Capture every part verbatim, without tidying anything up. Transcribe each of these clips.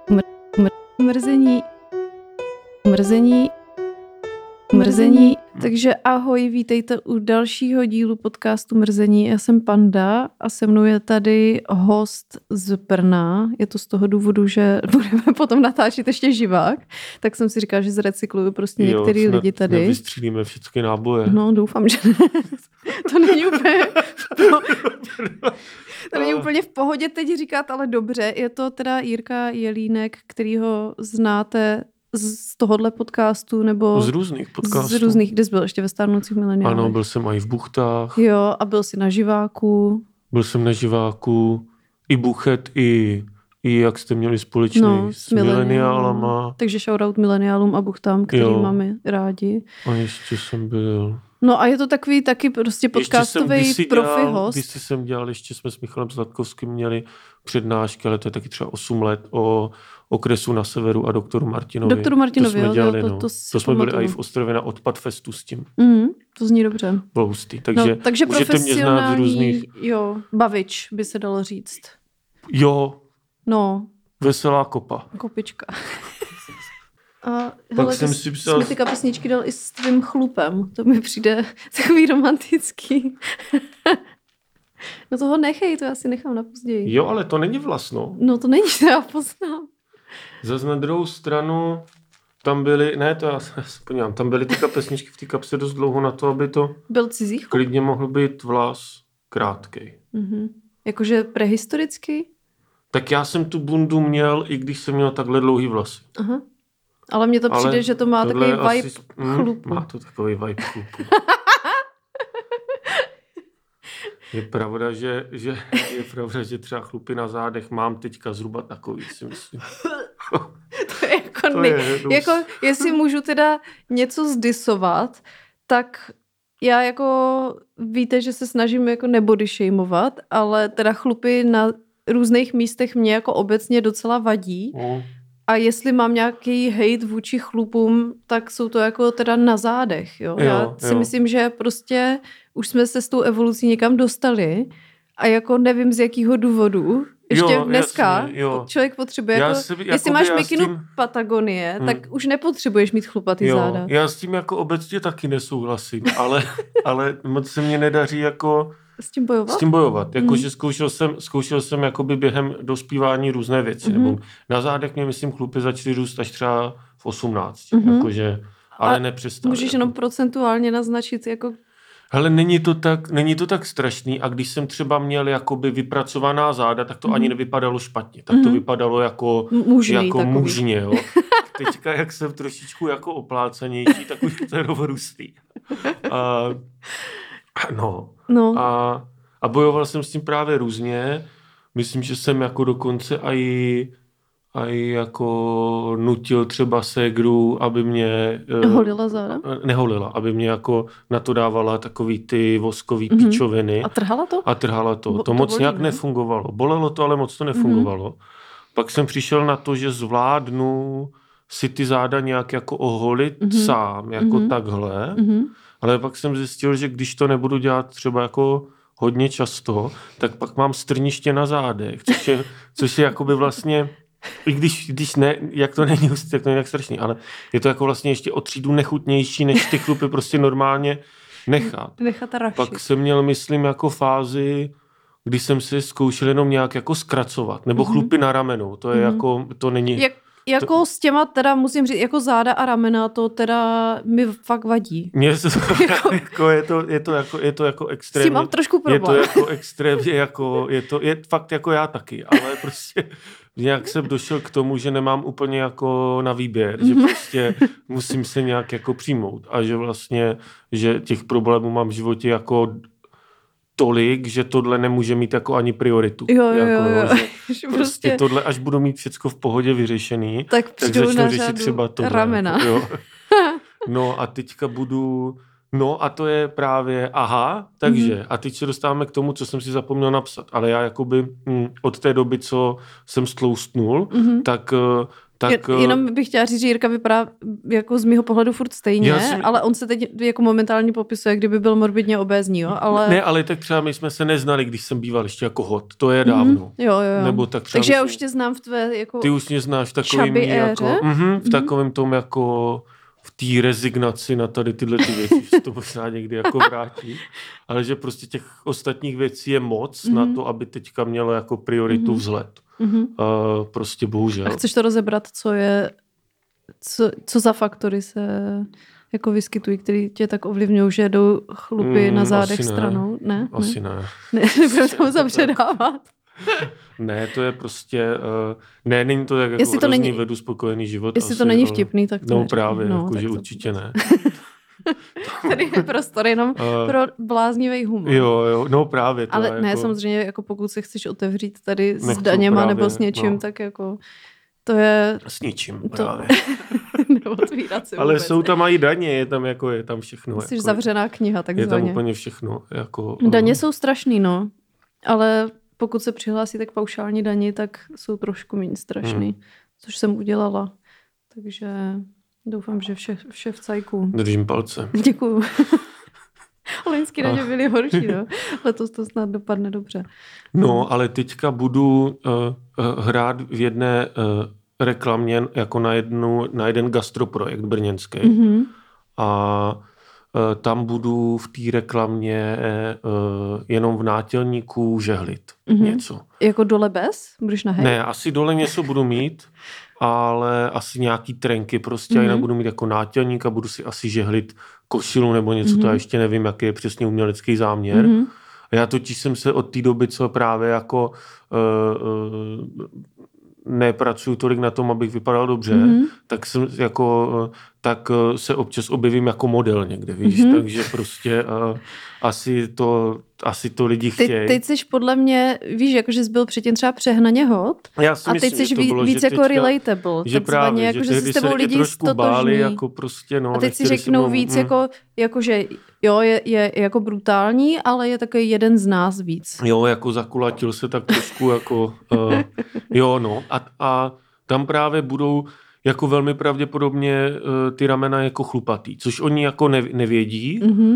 Mr- mr- mrzení, mrzení, mrzení. Takže ahoj, vítejte u dalšího dílu podcastu Mrzení. Já jsem Panda a se mnou je tady host z Brna. Je to z toho důvodu, že budeme potom natáčet ještě živák, tak jsem si říkala, že zrecykluju prostě jo, některý lidi tady. Nevystřílíme všechny náboje. No, doufám, že ne. To není úplně... No. To není úplně v pohodě teď říkat, ale dobře. Je to teda Jirka Jelínek, kterýho znáte z tohohle podcastu, nebo... Z různých podcastů. Z různých, kde jsi byl ještě ve Stárnoucích mileniálech. Ano, byl jsem i v Buchtách. Jo, a byl jsi na živáku. Byl jsem na živáku. I Buchet, i, i jak jste měli společný no, s mileniálama. Takže shoutout mileniálům a Buchtám, který jo. máme rádi. A ještě jsem byl... No a je to takový taky prostě podcastový profi host. Když jsem dělal, ještě jsme s Michalem Zlatkovským měli přednášky, ale to je taky třeba osm let o okresu na severu a doktoru Martinovi. Doktoru Martinovi, to jsme jo, dělali, to, no. to, to jsme byli i v Ostrově na Odpad Festu s tím. Mm, to zní dobře. Bylo hustý. Takže, no, takže můžete mě znát z různých... jo, bavič by se dalo říct. Jo. No. Veselá kopa. Kopička. A tak hele, jsem ty, si psal... jsi mi ty kapesničky dal i s tvým chlupem. To mi přijde takový romantický. No toho nechej, to já si nechám na později. Jo, ale to není vlastno. No to není, to já poznám. Zas na druhou stranu tam byly, ne to já se podívám, tam byly ty kapesničky v té kapse dost dlouho na to, aby to byl cizí chlup? Klidně mohl být vlas krátkej. Mm-hmm. Jakože prehistorický? Tak já jsem tu bundu měl, i když jsem měl takhle dlouhý vlasy. Aha. Ale mně to přijde, ale že to má takový vibe asi, chlupu. Mm, má to takový vibe chlupu. Je pravda, že, že, je pravda, že třeba chlupy na zádech mám teďka zhruba takový, si myslím. To je jako, to je jako jestli můžu teda něco zdisovat, tak já jako víte, že se snažím jako nebody shameovat, ale teda chlupy na různých místech mě jako obecně docela vadí. Mm. A jestli mám nějaký hejt vůči chlupům, tak jsou to jako teda na zádech. Jo? Jo, Já si jo. myslím, že prostě už jsme se s tou evolucí někam dostali a jako nevím z jakého důvodu. Ještě jo, dneska jasně, jo. člověk potřebuje, já jako, si, jestli máš mikinu tím... Patagonie, hmm. tak už nepotřebuješ mít chlupatý jo, záda. Já s tím jako obecně taky nesouhlasím, ale, ale moc se mě nedaří jako... S tím bojovat? S tím bojovat. Jakože mm. zkoušel jsem, zkoušel jsem jakoby během dospívání různé věci. Mm. Nebo na zádech mě, myslím, chlupy začaly růst až třeba v osmnácti. Mm. Jakože, ale a nepřestali. Můžeš jako. jenom procentuálně naznačit, jako... Hele, není to tak, není to tak strašný a když jsem třeba měl jakoby vypracovaná záda, tak to mm. ani nevypadalo špatně. Tak mm. to vypadalo jako, jako mužně. Jo. Teďka, jak jsem trošičku jako oplácanější, tak už to je rovorustý. A... No. no. A, a bojoval jsem s tím právě různě. Myslím, že jsem jako dokonce aj, aj jako nutil třeba ségru, aby mě... Holila záda? Neholila, aby mě jako na to dávala takový ty voskový mm-hmm. píčoviny. A trhala to? A trhala to. Bo, to, to moc bolí, nějak ne? nefungovalo. Bolelo to, ale moc to nefungovalo. Mm-hmm. Pak jsem přišel na to, že zvládnu si ty záda nějak jako oholit mm-hmm. sám, jako mm-hmm. takhle. Mm-hmm. Ale pak jsem zjistil, že když to nebudu dělat třeba jako hodně často, tak pak mám strniště na zádech, což je, což je jakoby vlastně, i když, když ne, jak to není, jak to není tak strašný, ale je to jako vlastně ještě o třídu nechutnější, než ty chlupy prostě normálně nechat. Nechat rašit. Pak jsem měl, myslím, jako fázi, kdy jsem si zkoušel jenom nějak jako zkracovat, nebo mm-hmm. chlupy na ramenu, to je mm-hmm. jako, to není... Jak... Jako to... s těma teda musím říct, jako záda a ramena, to teda mi fakt vadí. Mně se to jako, jako je to, je to jako, je to jako extrémně. S tím mám trošku problém. Je to jako extrémně jako, je to, je fakt jako já taky, ale prostě nějak jsem došel k tomu, že nemám úplně jako na výběr, že prostě musím se nějak jako přijmout a že vlastně, že těch problémů mám v životě jako tolik, že tohle nemůže mít jako ani prioritu. Jo, jo, jako, jo. jo. Že prostě, prostě tohle, až budu mít všecko v pohodě vyřešený, tak, tak začnu řešit třeba tohle. Ramena. Jo. No a teďka budu... No a to je právě, aha, takže, mm-hmm. a teď se dostáváme k tomu, co jsem si zapomněl napsat, ale já jakoby hm, od té doby, co jsem stloustnul, mm-hmm. tak, Tak, jenom bych chtěla říct, že Jirka vypadá jako z mýho pohledu furt stejně, si... ale on se teď jako momentálně popisuje, kdyby byl morbidně obézní, jo, ale... Ne, ale tak třeba my jsme se neznali, když jsem býval ještě jako hot, to je dávno. Mm-hmm. Jo, jo, jo. Nebo tak Takže myslím, já už tě znám v tvé jako... Ty už mě znáš v takovým jako... Mm-hmm, v takovém tom jako... v té rezignaci na tady tyhle ty věci, že to možná někdy jako vrátí, ale že prostě těch ostatních věcí je moc mm-hmm. na to, aby teďka mělo jako prioritu mm-hmm. vzhled. Mm-hmm. Uh, prostě bohužel. A chceš to rozebrat, co je, co, co za faktory se jako vyskytují, který tě tak ovlivňují, že jdou chlupy mm, na zádech ne. stranou? Ne? Asi ne. Ne, nebudeme tomu zapředávat. Ne, to je prostě, uh, ne, není to tak jako jestli to hrozný není, vedu spokojený život. Jestli asi, to není vtipný, tak to No neříkám. právě, no, jako, že to... určitě ne. Tady je prostor jenom uh, pro bláznivý humor. Jo, jo, no právě. To ale jako... ne, samozřejmě, jako pokud se chceš otevřít tady Nechci, s daněma právě, nebo s něčím, no. tak jako to je... S ničím to... právě. Neotvírat se ale vůbec, jsou tam i daně, je tam jako, je tam všechno. Jsi jako, zavřená kniha, takzvaně. Je tam úplně všechno. Jako, daně um... jsou strašný, no. Ale pokud se přihlásíte k paušální dani, tak jsou trošku méně strašný. Hmm. Což jsem udělala. Takže doufám, že vše, vše v cajku. Držím palce. Děkuju. Loňský daně byly horší, no. Letos to snad dopadne dobře. No, ale teďka budu uh, uh, hrát v jedné uh, reklamě jako na, jednu, na jeden gastroprojekt brněnský. Mm-hmm. A uh, tam budu v té reklamě uh, jenom v nátělníku žehlit mm-hmm. něco. Jako dole bez? Budeš na hej? Ne, asi dole něco budu mít, ale asi nějaký trenky prostě mm-hmm. a jinak budu mít jako nátělník a budu si asi žehlit košilu nebo něco, mm-hmm. to já ještě nevím, jaký je přesně umělecký záměr. Mm-hmm. Já totiž jsem se od té doby, co právě jako uh, uh, nepracuju tolik na tom, abych vypadal dobře, mm-hmm. tak jsem jako, uh, tak uh, se občas objevím jako model někde, víš, mm-hmm. takže prostě uh, asi to asi to lidi chtějí. Teď, teď jsi podle mě, víš, jako, že jsi byl předtím třeba přehnaně hot já si a myslím, teď jsi ví, víc jako teďka, relatable. Že právě, jako, že, že si s tebou lidi stotožní. Jako prostě, no, a teď si řeknou mnou, víc, mm. jako, jako, že jo, je, je jako brutální, ale je takový jeden z nás víc. Jo, jako zakulatil se tak trošku jako, uh, jo, no. A, a tam právě budou jako velmi pravděpodobně uh, ty ramena jako chlupatý, což oni jako ne, nevědí, mm-hmm.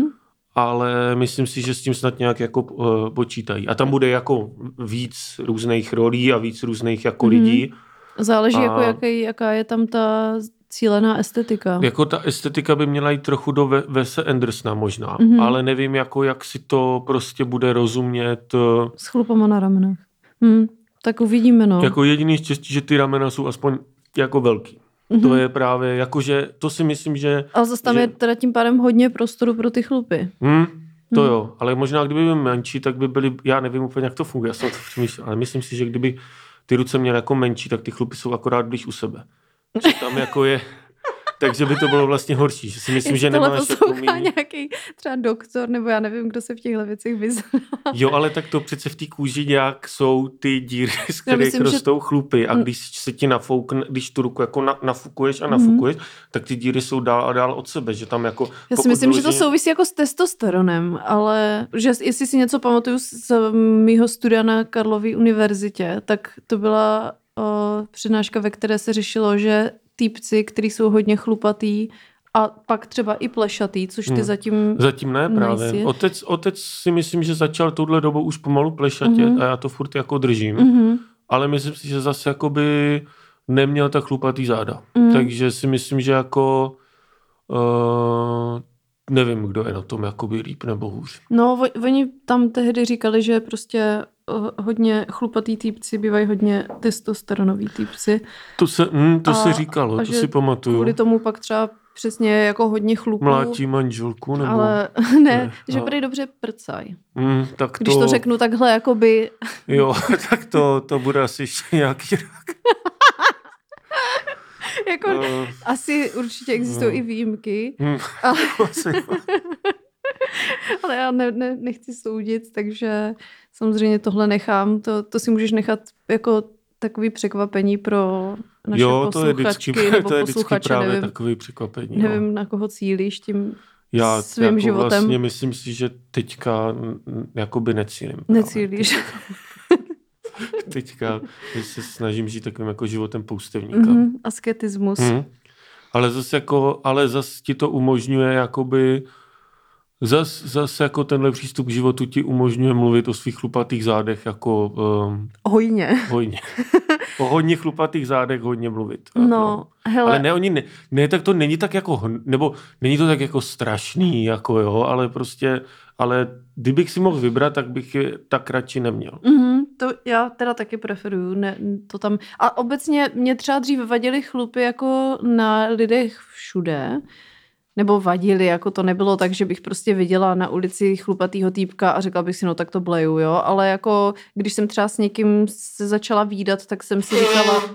ale myslím si, že s tím snad nějak jako uh, počítají. A tam bude jako víc různých rolí a víc různých jako mm-hmm. lidí. Záleží, a jako jaký, jaká je tam ta cílená estetika. Jako ta estetika by měla jít trochu do Wese Andersona možná, mm-hmm. ale nevím, jako jak si to prostě bude rozumět. S chlupama na ramenech. Hm, tak uvidíme, no. Jako jediný štěstí, že ty ramena jsou aspoň jako velký. Mm-hmm. To je právě, jakože, to si myslím, že... Ale zase tam že... je teda tím pádem hodně prostoru pro ty chlupy. Hmm, to hmm. jo, ale možná kdyby byly menší, tak by byly, já nevím úplně, jak to funguje, já jsem to přemýšlel, ale myslím si, že kdyby ty ruce měly jako menší, tak ty chlupy jsou akorát blíž u sebe. Že tam jako je... Takže by to bylo vlastně horší. Že si myslím, že nemáš jako umění. Nějaký třeba doktor, nebo já nevím, kdo se v těchto věcech vyzná. Jo, ale tak to přece v té kůži nějak jsou ty díry, z kterých rostou že... chlupy. A když se ti nafoukne, když tu ruku jako na, nafukuješ a nafukuješ, mm. tak ty díry jsou dál a dál od sebe. Že tam jako, já si myslím, vyloženě... že to souvisí jako s testosteronem, ale že jestli si něco pamatuju z mýho studia na Karlově univerzitě, tak to byla o, přednáška, ve které se řešilo, že týpci, kteří jsou hodně chlupatý a pak třeba i plešatý, což ty hmm. zatím Zatím ne právě. Otec, otec si myslím, že začal touhle dobou už pomalu plešatět uh-huh. a já to furt jako držím. Uh-huh. Ale myslím si, že zase jakoby neměl tak chlupatý záda. Uh-huh. Takže si myslím, že jako uh, nevím, kdo je na tom jakoby líp nebo hůř. No, oni tam tehdy říkali, že prostě hodně chlupatý týpci bývají hodně testosteronový týpci. To se, mm, to a, se říkalo, a to si pamatuju. Kvůli tomu pak třeba přesně jako hodně chlupů. Mlátí manželku, nebo? Ale ne, ne že prý dobře prcaj. Mm, tak Když to... to řeknu takhle, jakoby... Jo, tak to, to bude asi ještě nějaký rok. jako uh, asi určitě existují uh, i výjimky. Mm, ale... ale já ne, ne, nechci soudit, takže samozřejmě tohle nechám. To, to si můžeš nechat jako takový překvapení pro naše jo, posluchačky to je vždycky, nebo to je vždycky posluchače. právě nevím, takový překvapení. Nevím, no. na koho cílíš tím já svým jako životem. Vlastně myslím si, že teďka jakoby necílím. Necílíš. teďka se snažím žít takovým jako životem poustevníka. Mm-hmm, asketismus. Mm. Ale zase jako, ale zase ti to umožňuje jakoby, zase zas jako tenhle přístup k životu ti umožňuje mluvit o svých chlupatých zádech jako... Um, hojně. Hojně. O hodně chlupatých zádech hodně mluvit. No, no. hele. Ale ne, oni ne, ne, tak to není tak jako, nebo není to tak jako strašný, jako jo, ale prostě, ale kdybych si mohl vybrat, tak bych je tak radši neměl. Mm-hmm, to já teda taky preferuju, ne, to tam, a obecně mě třeba dřív vadily chlupy jako na lidech všude, nebo vadili, jako to nebylo tak, že bych prostě viděla na ulici chlupatýho týpka a řekla bych si, no tak to bleju, jo, ale jako když jsem třeba s někým se začala vídat, tak jsem si říkala...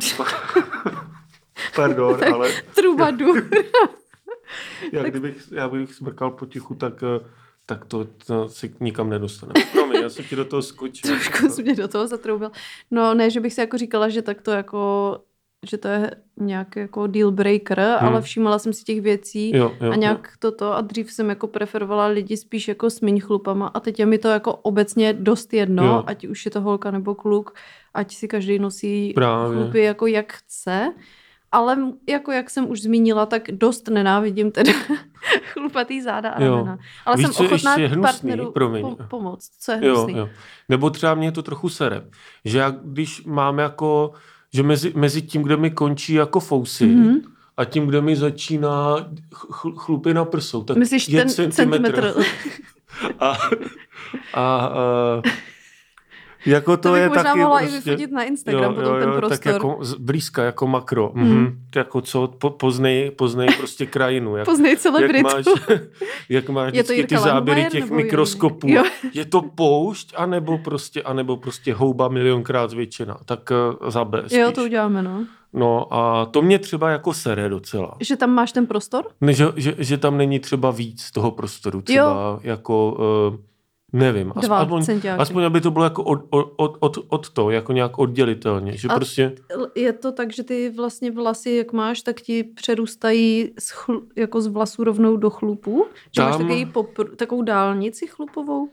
Pardon, ale... Trubadur. já, kdybych, já bych smrkal potichu, tak... tak to, to si nikam nedostaneme. Promiň, já jsem ti do toho skočil. Trošku jsi mě do toho zatroubil. No ne, že bych si jako říkala, že tak to jako, že to je nějaký jako deal breaker, hmm. ale všímala jsem si těch věcí jo, jo, a nějak jo. toto a dřív jsem jako preferovala lidi spíš jako s míň chlupama a teď je mi to jako obecně dost jedno, jo. ať už je to holka nebo kluk, ať si každý nosí Právě. chlupy jako jak chce. Ale jako jak jsem už zmínila, tak dost nenávidím teda chlupatý záda a ramena. Ale Víš, jsem ochotná hnusný, partneru po, pomoct. Co je hnusný? Jo, jo. Nebo třeba mě to trochu sere. Že já, když mám jako, že mezi, mezi tím, kde mi končí jako fousy mm-hmm. a tím, kde mi začíná ch- chlupy na prsou, tak myslíš je ten centimetr. centimetr. a, a, a jako to, to bych je možná taky mohla prostě, i vyfotit na Instagram jo, potom jo, ten prostor. Tak jako blízka, jako makro. Mm. Mm-hmm. Jako co, po, poznej, poznej prostě krajinu. Jak, poznej celebritu. Jak máš, jak máš vždycky ty záběry těch mikroskopů. Je to poušť, anebo prostě, anebo prostě houba milionkrát zvětšená. Tak uh, za B spíš. Jo, to uděláme, no. No a to mě třeba jako sere docela. Že tam máš ten prostor? Ne, že, že, že tam není třeba víc toho prostoru. Třeba jo. jako... Uh, Nevím, aspoň, aspoň aby to bylo jako od, od, od, od to, jako nějak oddělitelně. Že a prostě... je to tak, že ty vlastně vlasy, jak máš, tak ti přerůstají z chl, jako z vlasů rovnou do chlupů? Že Tam... máš takový popr, takovou dálnici chlupovou?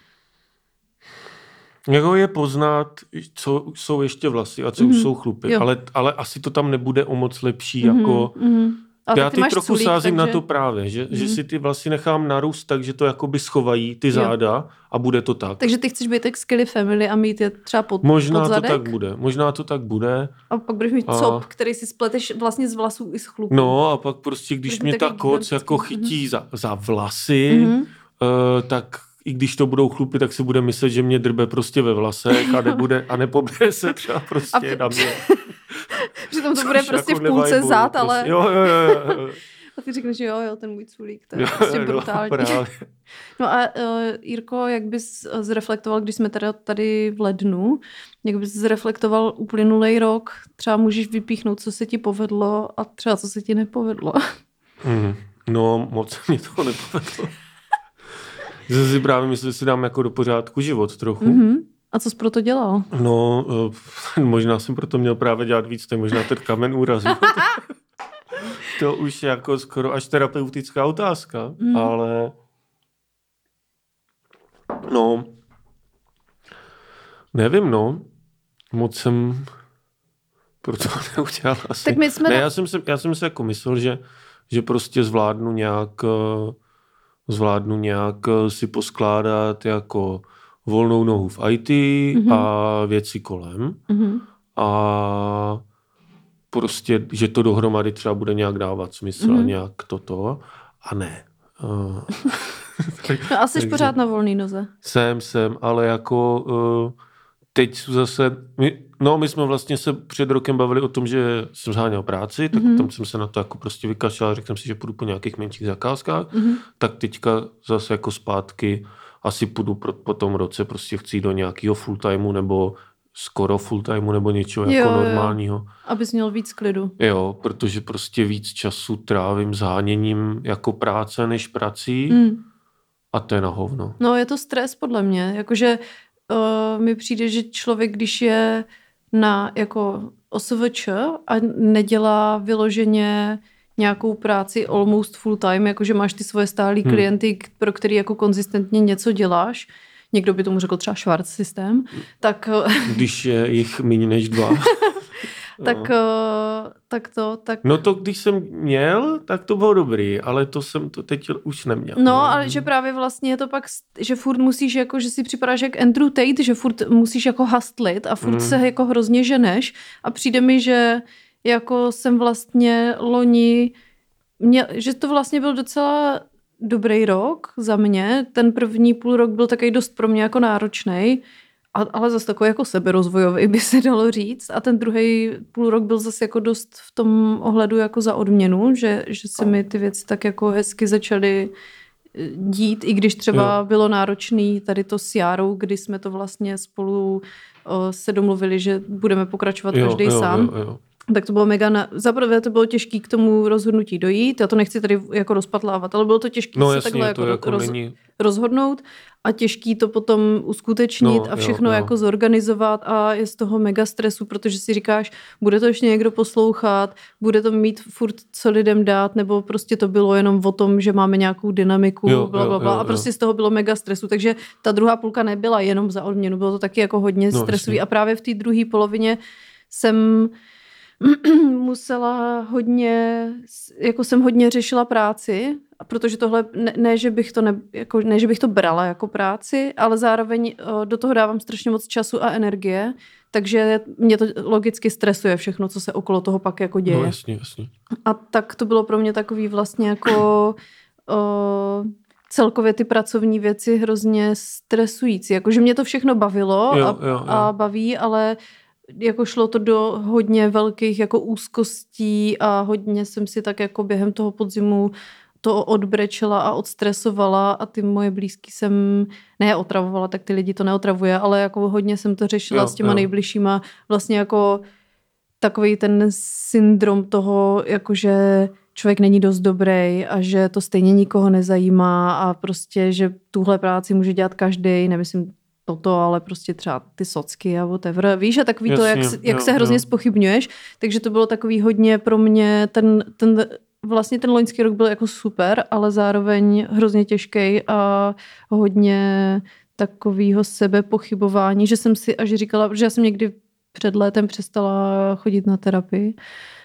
Jako je poznat, co jsou ještě vlasy a co mm-hmm. jsou chlupy, ale, ale asi to tam nebude o moc lepší mm-hmm. jako... Mm-hmm. Ale já ty trochu culík, sázím takže... na to právě, že, mm. že si ty vlasy nechám narůst tak, že to jakoby schovají ty záda jo. a bude to tak. Takže ty chceš být tak Skelly Family a mít je třeba pod, možná pod zadek? to tak bude, možná to tak bude. A pak budeš mít a... cop, který si spleteš vlastně z vlasů i z chlupů. No a pak prostě, když mě ta koc jako chytí mm. za, za vlasy, mm. uh, tak i když to budou chlupy, tak si bude myslet, že mě drbe prostě ve vlasech a nebude a nepobře se třeba prostě a... na mě. Přitom to bude prostě jako v půlce zad, prostě. Ale... Jo, jo, jo, jo. A ty řekneš, jo, jo, ten můj culík, to je jo, prostě brutální. No, no a uh, Jirko, jak bys zreflektoval, když jsme teda tady v lednu, jak bys zreflektoval uplynulej rok, třeba můžeš vypíchnout, co se ti povedlo a třeba co se ti nepovedlo. Mm, no, moc mě toho nepovedlo. Že si právě myslím, že si dám jako do pořádku život trochu. Mm-hmm. A co jsi proto dělal? No, možná jsem proto měl právě dělat víc, to je možná ten kamen úrazu. To už je jako skoro až terapeutická otázka, mm. ale no, nevím, no, moc jsem proto neudělal asi. Tak my jsme ne, na... já jsem se, já jsem se jako myslel, že, že prostě zvládnu nějak, zvládnu nějak si poskládat jako volnou nohu v í té mm-hmm. a věci kolem. Mm-hmm. A prostě, že to dohromady třeba bude nějak dávat smysl mm-hmm. a nějak toto. A ne. Uh, no asi jsi pořád na volný noze. Jsem, jsem, ale jako uh, teď zase, my, no my jsme vlastně se před rokem bavili o tom, že jsem zháněl práci, tak mm-hmm. tam jsem se na to jako prostě vykašlal a řekl jsem si, že půjdu po nějakých menších zakázkách, mm-hmm. tak teďka zase jako zpátky asi půjdu pro, po tom roce, prostě chci do nějakého full timeu nebo skoro full timeu nebo něčeho jo, jako normálního. Jo. Abys měl víc klidu. Jo, protože prostě víc času trávím zháněním jako práce než prací mm. a to je na hovno. No je to stres podle mě, jakože uh, mi přijde, že člověk, když je na jako O S V Č a nedělá vyloženě nějakou práci almost full time, jakože máš ty svoje stálý hmm. klienty, pro který jako konzistentně něco děláš, někdo by tomu řekl třeba Schwarz systém, tak... Když je jich méně než dva. tak, no. tak to... Tak... No to, když jsem měl, tak to bylo dobrý, ale to jsem to teď už neměl. No, ale že právě vlastně je to pak, že furt musíš, jako, že si připadáš jak Andrew Tate, že furt musíš jako hustlit a furt mm. se jako hrozně ženeš a přijde mi, že jako jsem vlastně loni, měl, že to vlastně byl docela dobrý rok za mě. Ten první půl rok byl takový dost pro mě jako náročnej, ale zase takový jako seberozvojový by se dalo říct. A ten druhý půl rok byl zase jako dost v tom ohledu jako za odměnu, že, že se mi ty věci tak jako hezky začaly dít, i když třeba jo. bylo náročný tady to s Járou, kdy jsme to vlastně spolu o, se domluvili, že budeme pokračovat jo, každý jo, sám. Jo, jo. Tak to bylo mega, na... zaprvé to bylo těžké k tomu rozhodnutí dojít, já to nechci tady jako rozpatlávat, ale bylo to těžké no, se jasně, takhle jako, jako roz... není... rozhodnout a těžký to potom uskutečnit no, a všechno jo, jo. jako zorganizovat a je z toho mega stresu, protože si říkáš, bude to ještě někdo poslouchat, bude to mít furt co lidem dát, nebo prostě to bylo jenom o tom, že máme nějakou dynamiku, jo, bla, bla, bla, jo, jo, a prostě z toho bylo mega stresu, takže ta druhá půlka nebyla jenom za odměnu, bylo to taky jako hodně no, stresový jasně. A právě v té druhé polovině jsem musela hodně, jako jsem hodně řešila práci, protože tohle, ne, ne, že bych to ne, jako, ne, že bych to brala jako práci, ale zároveň do toho dávám strašně moc času a energie, takže mě to logicky stresuje všechno, co se okolo toho pak jako děje. No jasně, jasně. A tak to bylo pro mě takový vlastně jako o, celkově ty pracovní věci hrozně stresující. Jakože mě to všechno bavilo jo, a, jo, jo. a baví, ale jako šlo to do hodně velkých jako úzkostí a hodně jsem si tak jako během toho podzimu to odbrečela a odstresovala a ty moje blízký jsem ne otravovala, tak ty lidi to neotravuje, ale jako hodně jsem to řešila jo, s těma jo. nejbližšíma. Vlastně jako takový ten syndrom toho, jakože člověk není dost dobrý a že to stejně nikoho nezajímá a prostě, že tuhle práci může dělat každý, nemyslím toto, ale prostě třeba ty socky a whatever. Víš, a takový Jasně, to, jak, jak jo, se hrozně jo. zpochybňuješ. Takže to bylo takový hodně pro mě, ten, ten vlastně ten loňský rok byl jako super, ale zároveň hrozně těžký a hodně takového sebepochybování, že jsem si až říkala, že já jsem někdy před létem přestala chodit na terapii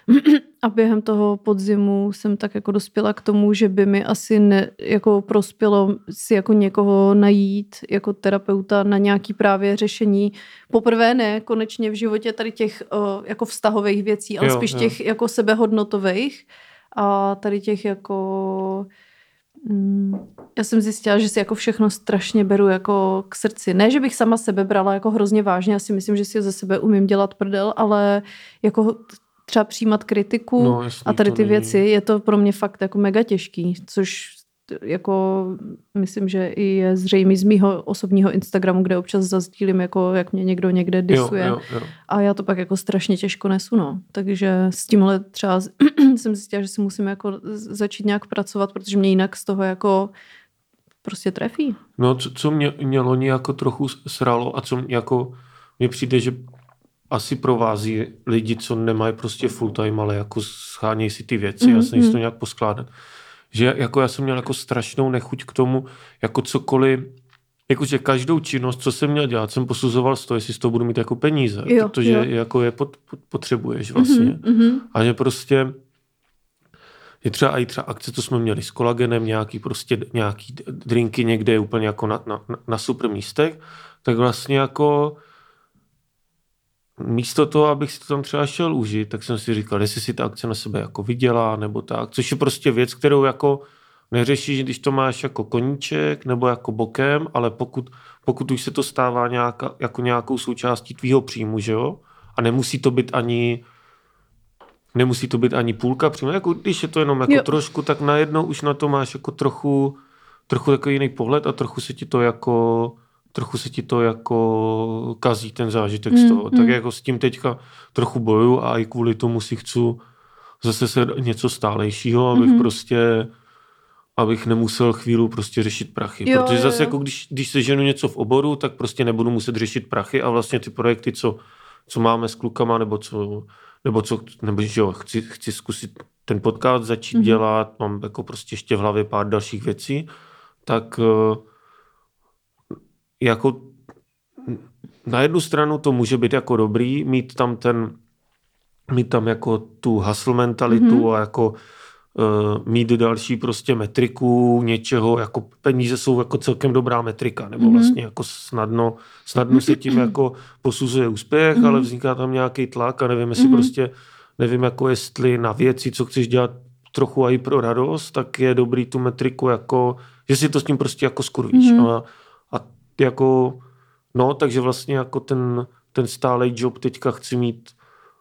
a během toho podzimu jsem tak jako dospěla k tomu, že by mi asi ne, jako prospělo si jako někoho najít jako terapeuta na nějaký právě řešení. Poprvé ne, konečně v životě tady těch o, jako vztahových věcí, ale jo, spíš jo. těch jako sebehodnotových a tady těch jako mm, já jsem zjistila, že si jako všechno strašně beru jako k srdci. Ne, že bych sama sebe brala jako hrozně vážně, já si myslím, že si ze sebe umím dělat prdel, ale jako třeba přijímat kritiku no, jasný, a tady ty není... věci, je to pro mě fakt jako mega těžký, což jako myslím, že i je zřejmý z mýho osobního Instagramu, kde občas zazdílím, jako jak mě někdo někde disuje. Jo, jo, jo. A já to pak jako strašně těžko nesu, no. Takže s tímhle třeba jsem zjistila, že si musím jako začít nějak pracovat, protože mě jinak z toho jako prostě trefí. No, co, co mě, mě loni jako trochu sralo a co mě jako mně přijde, že asi provází lidi, co nemají prostě full time, ale jako schánějí si ty věci mm, a snaží mm. to nějak poskládat. Že jako já jsem měl jako strašnou nechuť k tomu, jako cokoliv, jakože každou činnost, co jsem měl dělat, jsem posuzoval z toho, jestli z toho budu mít jako peníze, jo, protože jo. jako je pot, pot, potřebuješ vlastně. Mm-hmm. A že prostě je třeba i třeba akce, co jsme měli s kolagenem, nějaký prostě nějaký drinky někde úplně jako na, na, na super místech, tak vlastně jako místo toho, abych si to tam třeba šel užít, tak jsem si říkal, jestli si ta akce na sebe jako vydělá, nebo tak, což je prostě věc, kterou jako neřešíš, když to máš jako koníček, nebo jako bokem, ale pokud, pokud už se to stává nějaká, jako nějakou součástí tvýho příjmu, že jo, a nemusí to být ani nemusí to být ani půlka příjmu, jako když je to jenom jako jo. trošku, tak najednou už na to máš jako trochu, trochu takový jiný pohled a trochu se ti to jako trochu se ti to jako kazí ten zážitek mm, z toho. Mm. Tak jako s tím teďka trochu bojuju a i kvůli tomu si chci zase se něco stálejšího, abych mm. prostě abych nemusel chvíli prostě řešit prachy. Jo, Protože zase jo. jako když, když se ženu něco v oboru, tak prostě nebudu muset řešit prachy a vlastně ty projekty, co, co máme s klukama, nebo co, nebo co, nebo že jo, chci, chci zkusit ten podcast začít mm. dělat, mám jako prostě ještě v hlavě pár dalších věcí, tak jako na jednu stranu to může být jako dobrý, mít tam ten, mít tam jako tu hustle mentalitu mm-hmm. a jako uh, mít další prostě metriku něčeho, jako peníze jsou jako celkem dobrá metrika, nebo mm-hmm. vlastně jako snadno, snadno se tím jako posuzuje úspěch, mm-hmm. ale vzniká tam nějaký tlak a nevím, jestli mm-hmm. prostě, nevím, jako jestli na věci, co chceš dělat trochu i pro radost, tak je dobrý tu metriku jako, že si to s tím prostě jako skurvíš. Mm-hmm. A, a jako, no, takže vlastně jako ten, ten stálej job teďka chci mít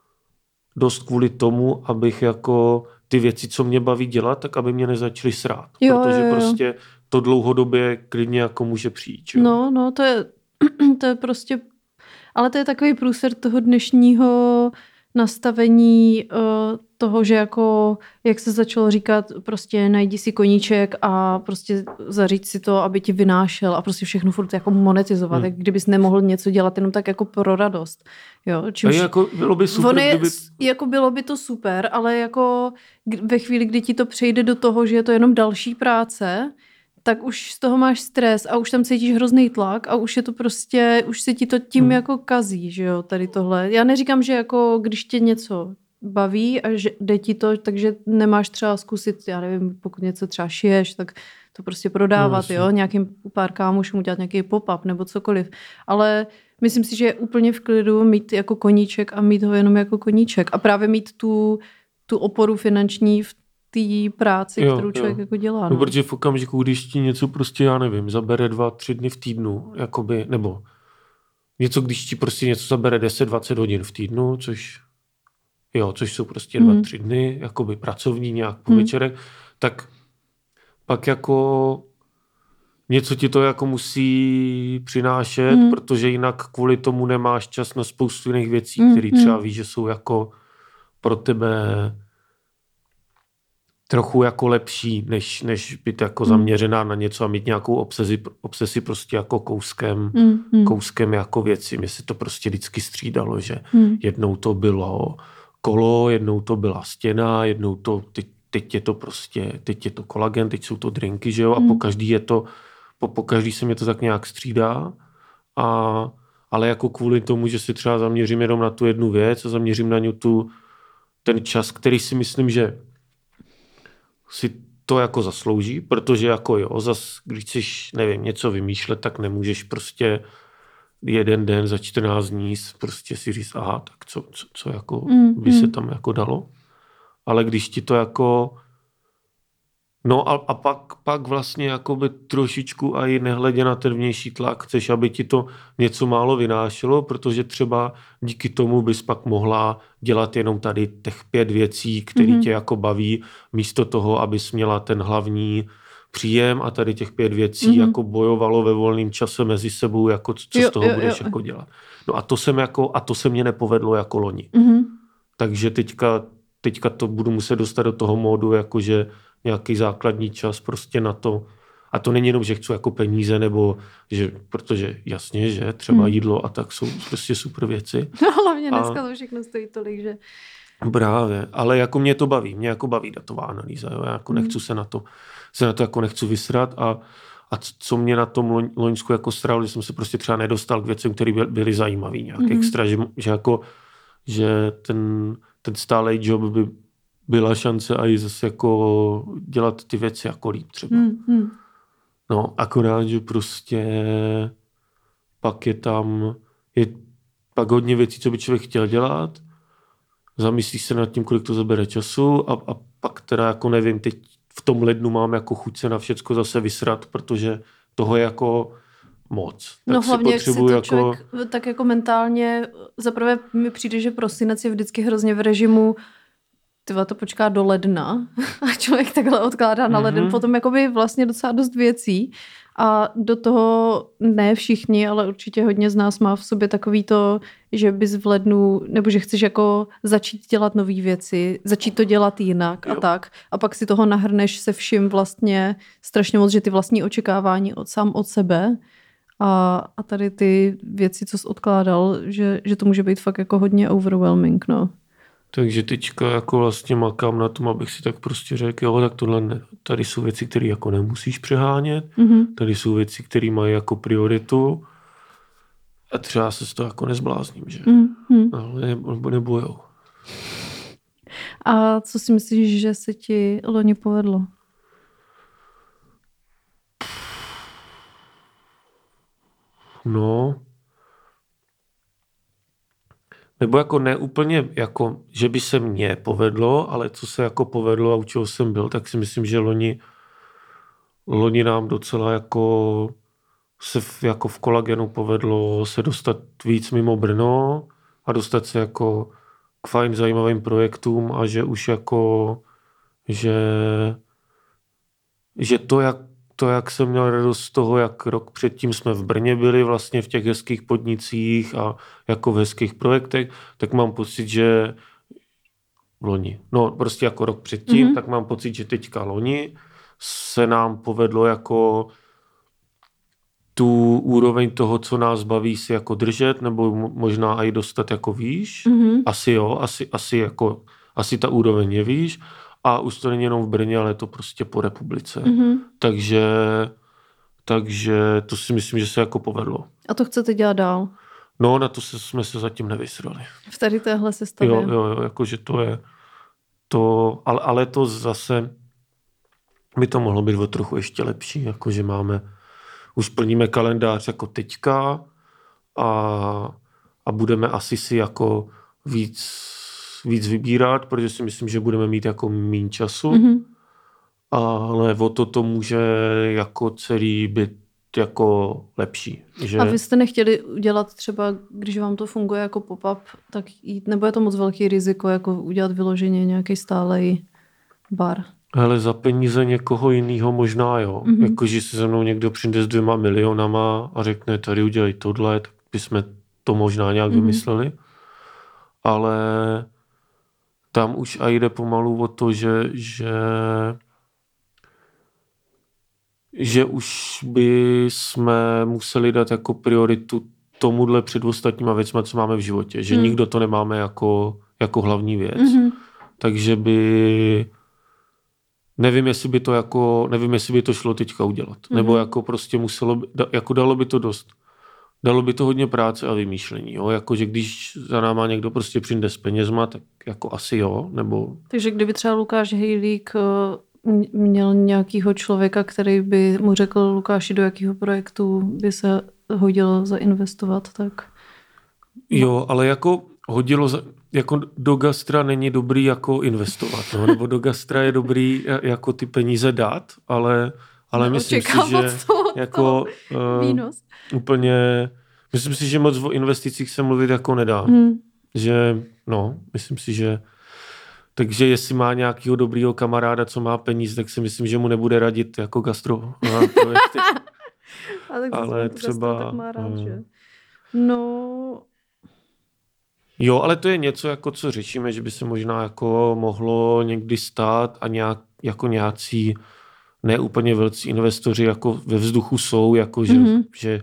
dost kvůli tomu, abych jako ty věci, co mě baví dělat, tak aby mě nezačaly srát. Jo, protože jo, jo. prostě to dlouhodobě klidně jako může přijít. Jo? No, no, to je, to je prostě, ale to je takový průser toho dnešního nastavení uh, toho, že jako, jak se začalo říkat, prostě najdi si koníček a prostě zaříď si to, aby ti vynášel a prostě všechno furt jako monetizovat, hmm. jak kdybys nemohl něco dělat jenom tak jako pro radost. Jo, čímž, jako bylo by super, je, kdyby... jako bylo by to super, ale jako ve chvíli, kdy ti to přejde do toho, že je to jenom další práce, tak už z toho máš stres a už tam cítíš hrozný tlak a už je to prostě, už se ti to tím hmm. jako kazí, že jo, tady tohle. Já neříkám, že jako když tě něco baví a že jde ti to, takže nemáš třeba zkusit, já nevím, pokud něco třeba šiješ, tak to prostě prodávat, no, jo, nějakým pár kámošům udělat nějaký pop-up nebo cokoliv. Ale myslím si, že je úplně v klidu mít jako koníček a mít ho jenom jako koníček a právě mít tu, tu oporu finanční v té práci, jo, kterou člověk jo. jako dělá. No. no, protože v okamžiku, když ti něco prostě, já nevím, zabere dva, tři dny v týdnu, jakoby, nebo něco, když ti prostě něco zabere deset dvacet hodin v týdnu, což jo, což jsou prostě dva, mm. tři dny, jakoby pracovní nějak po mm. večerek, tak pak jako něco ti to jako musí přinášet, mm. protože jinak kvůli tomu nemáš čas na spoustu jiných věcí, mm. které třeba víš, že jsou jako pro tebe trochu jako lepší, než, než být jako mm. zaměřená na něco a mít nějakou obsesi, obsesi prostě jako kouskem, mm. kouskem jako věci. Mně se to prostě vždycky střídalo, že mm. jednou to bylo kolo, jednou to byla stěna, jednou to, teď, teď je to prostě, teď je to kolagen, teď jsou to drinky, že jo, a mm. po každý je to, po, po každý se mě to tak nějak střídá, a, ale jako kvůli tomu, že si třeba zaměřím jenom na tu jednu věc a zaměřím na ně tu, ten čas, který si myslím, že si to jako zaslouží, protože jako jo, zas, když chceš, nevím, něco vymýšlet, tak nemůžeš prostě jeden den za čtrnáct dní prostě si říct, aha, tak co, co, co jako mm, by mm. se tam jako dalo. Ale když ti to jako, no a, a pak, pak vlastně jakoby trošičku a i nehledě na ten vnější tlak, chceš, aby ti to něco málo vynášelo, protože třeba díky tomu bys pak mohla dělat jenom tady těch pět věcí, které mm. tě jako baví, místo toho, abys měla ten hlavní příjem a tady těch pět věcí mm. jako bojovalo ve volném čase mezi sebou, jako co jo, z toho jo, budeš jo. jako dělat. No a to jsem jako, a to se mně nepovedlo jako loni. Mm. Takže teďka, teďka to budu muset dostat do toho módu, jakože nějaký základní čas prostě na to. A to není jenom, že chci jako peníze, nebo že, protože jasně, že třeba mm. jídlo a tak jsou prostě super věci. No hlavně dneska a... to všechno stojí tolik, že... Právě, ale jako mě to baví, mě jako baví datová analýza, jo? Já jako mm. nechci se na to, se na to jako nechci vysrat a, a co mě na tom loň, loňsku jako stralo, že jsem se prostě třeba nedostal k věcem, které byly, byly zajímavý nějak mm. extra, že, že jako, že ten, ten stálej job by byla šance a i zase jako dělat ty věci jako líp třeba. Mm. No, akorát, že prostě pak je tam, je pak hodně věcí, co by člověk chtěl dělat, zamyslíš se nad tím, kolik to zabere času a, a pak teda jako nevím, teď v tom lednu mám jako chuť se na všecko zase vysrat, protože toho je jako moc. Tak no hlavně, jak si to jako... člověk tak jako mentálně, zaprvé mi přijde, že prosinec je vždycky hrozně v režimu tyva to počká do ledna a člověk takhle odkládá na leden, mm-hmm. potom jakoby vlastně docela dost věcí a do toho ne všichni, ale určitě hodně z nás má v sobě takový to, že bys v lednu, nebo že chceš jako začít dělat nové věci, začít to dělat jinak jo. a tak a pak si toho nahrneš se vším vlastně strašně moc, že ty vlastní očekávání od, sám od sebe a, a tady ty věci, co jsi odkládal, že, že to může být fakt jako hodně overwhelming, no. Takže teďka jako vlastně makám na tom, abych si tak prostě řekl, jo, tak tohle ne, tady jsou věci, které jako nemusíš přehánět, mm-hmm. tady jsou věci, které mají jako prioritu a třeba se z toho jako nezblázním, že? Mm-hmm. Ale nebo, nebo jo. A co si myslíš, že se ti loni povedlo? No, nebo jako ne úplně, jako, že by se mně povedlo, ale co se jako povedlo a u čeho jsem byl, tak si myslím, že loni, loni nám docela jako se v, jako v Kolagenu povedlo se dostat víc mimo Brno a dostat se jako k fajn zajímavým projektům a že už jako, že, že to, jak to, jak jsem měl radost z toho, jak rok předtím jsme v Brně byli vlastně v těch hezkých podnicích a jako v hezkých projektech, tak mám pocit, že loni, no prostě jako rok předtím, mm-hmm. tak mám pocit, že teďka loni se nám povedlo jako tu úroveň toho, co nás baví, si jako držet, nebo možná i dostat jako výš. Mm-hmm. Asi jo, asi, asi jako, asi ta úroveň je výš. A už to není jenom v Brně, ale je to prostě po republice. Mm-hmm. Takže, takže to si myslím, že se jako povedlo. A to chcete dělat dál? No, na to se, jsme se zatím nevysrali. V tady téhle sestavě? Jo, jo, jo, jakože to je to, ale, ale to zase by to mohlo být o trochu ještě lepší, jakože máme, už plníme kalendář jako teďka a, a budeme asi si jako víc víc vybírat, protože si myslím, že budeme mít jako míň času, mm-hmm. ale o to to může jako celý být jako lepší. Že... A vy jste nechtěli udělat třeba, když vám to funguje jako pop-up, tak jít, nebo je to moc velký riziko, jako udělat vyloženě nějaký stálej bar? Hele, za peníze někoho jiného možná jo. Mm-hmm. Jakože se se mnou někdo přijde s dvěma milionama a řekne, tady udělej tohle, tak bychom to možná nějak mm-hmm. vymysleli. Ale tam už a jde pomalu o to, že, že, že už by jsme museli dát jako prioritu tomuhle před ostatníma věcma, co máme v životě. Že hmm. nikdo to nemáme jako, jako hlavní věc. Hmm. Takže by nevím, jestli by to jako, nevím, jestli by to šlo teďka udělat. Hmm. Nebo jako prostě muselo by, jako dalo by to dost. Dalo by to hodně práce a vymýšlení. Jo? Jako, že když za náma někdo prostě přijde s penězma, tak jako asi jo. Nebo... Takže kdyby třeba Lukáš Hejlík měl nějakého člověka, který by mu řekl, Lukáši, do jakého projektu by se hodilo zainvestovat, tak... Jo, ale jako hodilo... Za... Jako do gastra není dobrý jako investovat. No? Nebo do gastra je dobrý jako ty peníze dát, ale... Ale myslím si, že jako uh, úplně, myslím si, že moc o investicích se mluvit jako nedá. Hmm. Že, no, myslím si, že takže jestli má nějakého dobrýho kamaráda, co má peníze, tak si myslím, že mu nebude radit jako gastro projekty. Ale, ale třeba... Tak má rád, že? No... Jo, ale to je něco, jako co řešíme, že by se možná jako mohlo někdy stát a nějak, jako nějací ne úplně velcí investoři jako ve vzduchu jsou, jako že, mm-hmm. že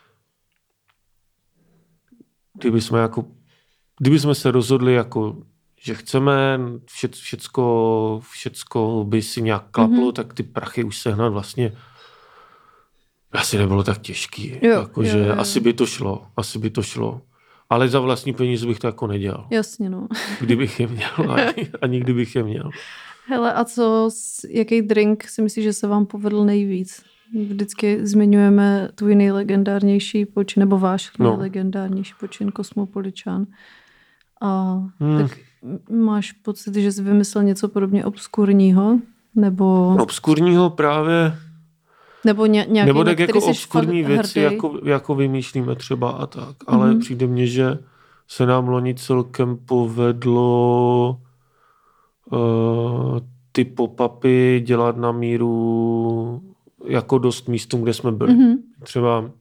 kdyby jsme jako kdyby jsme se rozhodli jako, že chceme vše, všecko, všecko by si nějak klaplo, mm-hmm. tak ty prachy už sehnat vlastně asi nebylo tak těžký. Jo, jako, jo, že jo. asi by to šlo, asi by to šlo. Ale za vlastní peníze bych to jako nedělal. Jasně, no. Kdybych je měl, ani, ani kdybych je měl. Hele, a co, jaký drink si myslíš, že se vám povedl nejvíc? Vždycky zmiňujeme tvůj nejlegendárnější počin, nebo váš no. nejlegendárnější počin, Kosmopoličan. A hmm. tak máš pocit, že jsi vymyslel něco podobně obskurního? Nebo... Obskurního právě... Nebo ně, nějaký, nebo tak jako obskurní věci, jako, jako vymýšlíme třeba a tak. Ale mm-hmm. přijde mně, že se nám loni celkem povedlo uh, ty pop-upy dělat na míru jako dost místům, kde jsme byli. Mm-hmm. Třeba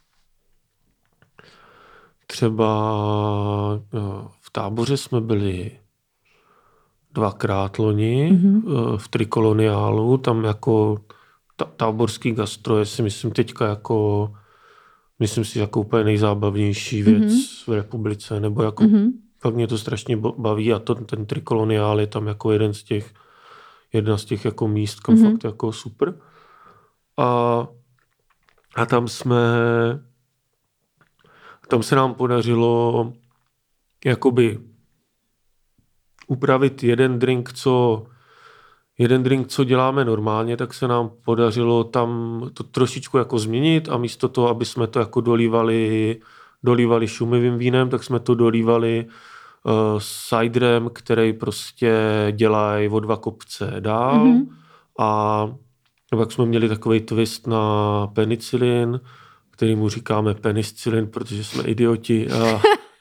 třeba uh, v Táboře jsme byli dvakrát loni, mm-hmm. uh, v Trikoloniálu, tam jako táborský gastro je si myslím teďka jako myslím si jako úplně nejzábavnější věc mm-hmm. v republice, nebo jako mm-hmm. fakt mě to strašně baví a to, ten Trikoloniál je tam jako jeden z těch, jedna z těch jako míst, kam mm-hmm. fakt jako super. A, a tam jsme, tam se nám podařilo jakoby upravit jeden drink, co jeden drink, co děláme normálně, tak se nám podařilo tam to trošičku jako změnit a místo toho, aby jsme to jako dolívali, dolívali šumivým vínem, tak jsme to dolívali uh, ciderem, který prostě dělají o dva kopce dál. Mm-hmm. A pak jsme měli takovej twist na penicilin, který mu říkáme penicillin, protože jsme idioti. A,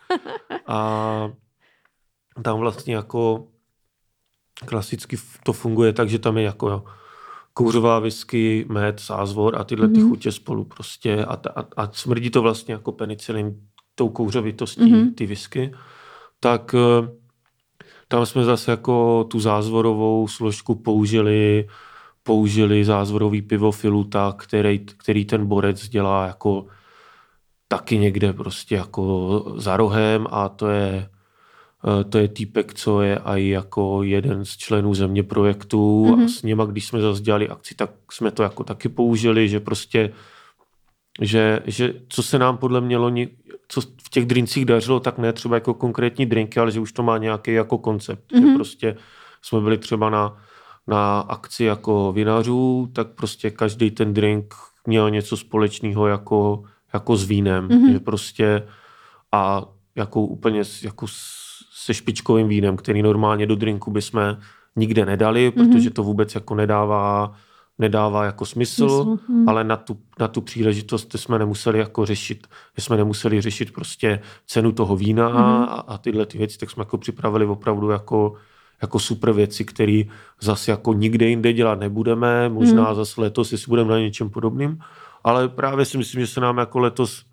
a tam vlastně jako klasicky to funguje tak, že tam je jako jo, kouřová whisky, med, sázvor a tyhle mm-hmm. ty chutě spolu prostě a, a, a smrdí to vlastně jako penicilin tou kouřovitostí mm-hmm. ty whisky. Tak tam jsme zase jako tu zázvorovou složku použili, použili zázvorový pivo Filuta, který, který ten borec dělá jako taky někde prostě jako za rohem a to je To je týpek, co je i jako jeden z členů země projektu mm-hmm. a s něma, když jsme zase dělali akci, tak jsme to jako taky použili, že prostě, že, že co se nám podle mě loni, co v těch drincích dařilo, tak ne třeba jako konkrétní drinky, ale že už to má nějaký jako koncept, mm-hmm. že prostě jsme byli třeba na, na akci jako vinařů, tak prostě každý ten drink měl něco společného jako, jako s vínem, mm-hmm. že prostě a jako úplně jako se špičkovým vínem, který normálně do drinku bychom nikde nedali, mm-hmm. protože to vůbec jako nedává, nedává jako smysl, smysl. Mm. ale na tu, na tu příležitost jsme nemuseli jako řešit, jsme nemuseli řešit prostě cenu toho vína mm-hmm. a, a tyhle ty věci, tak jsme jako připravili opravdu jako, jako super věci, které zase jako nikde jinde dělat nebudeme, možná mm. zase letos, jestli budeme na něčem podobným, ale právě si myslím, že se nám jako letos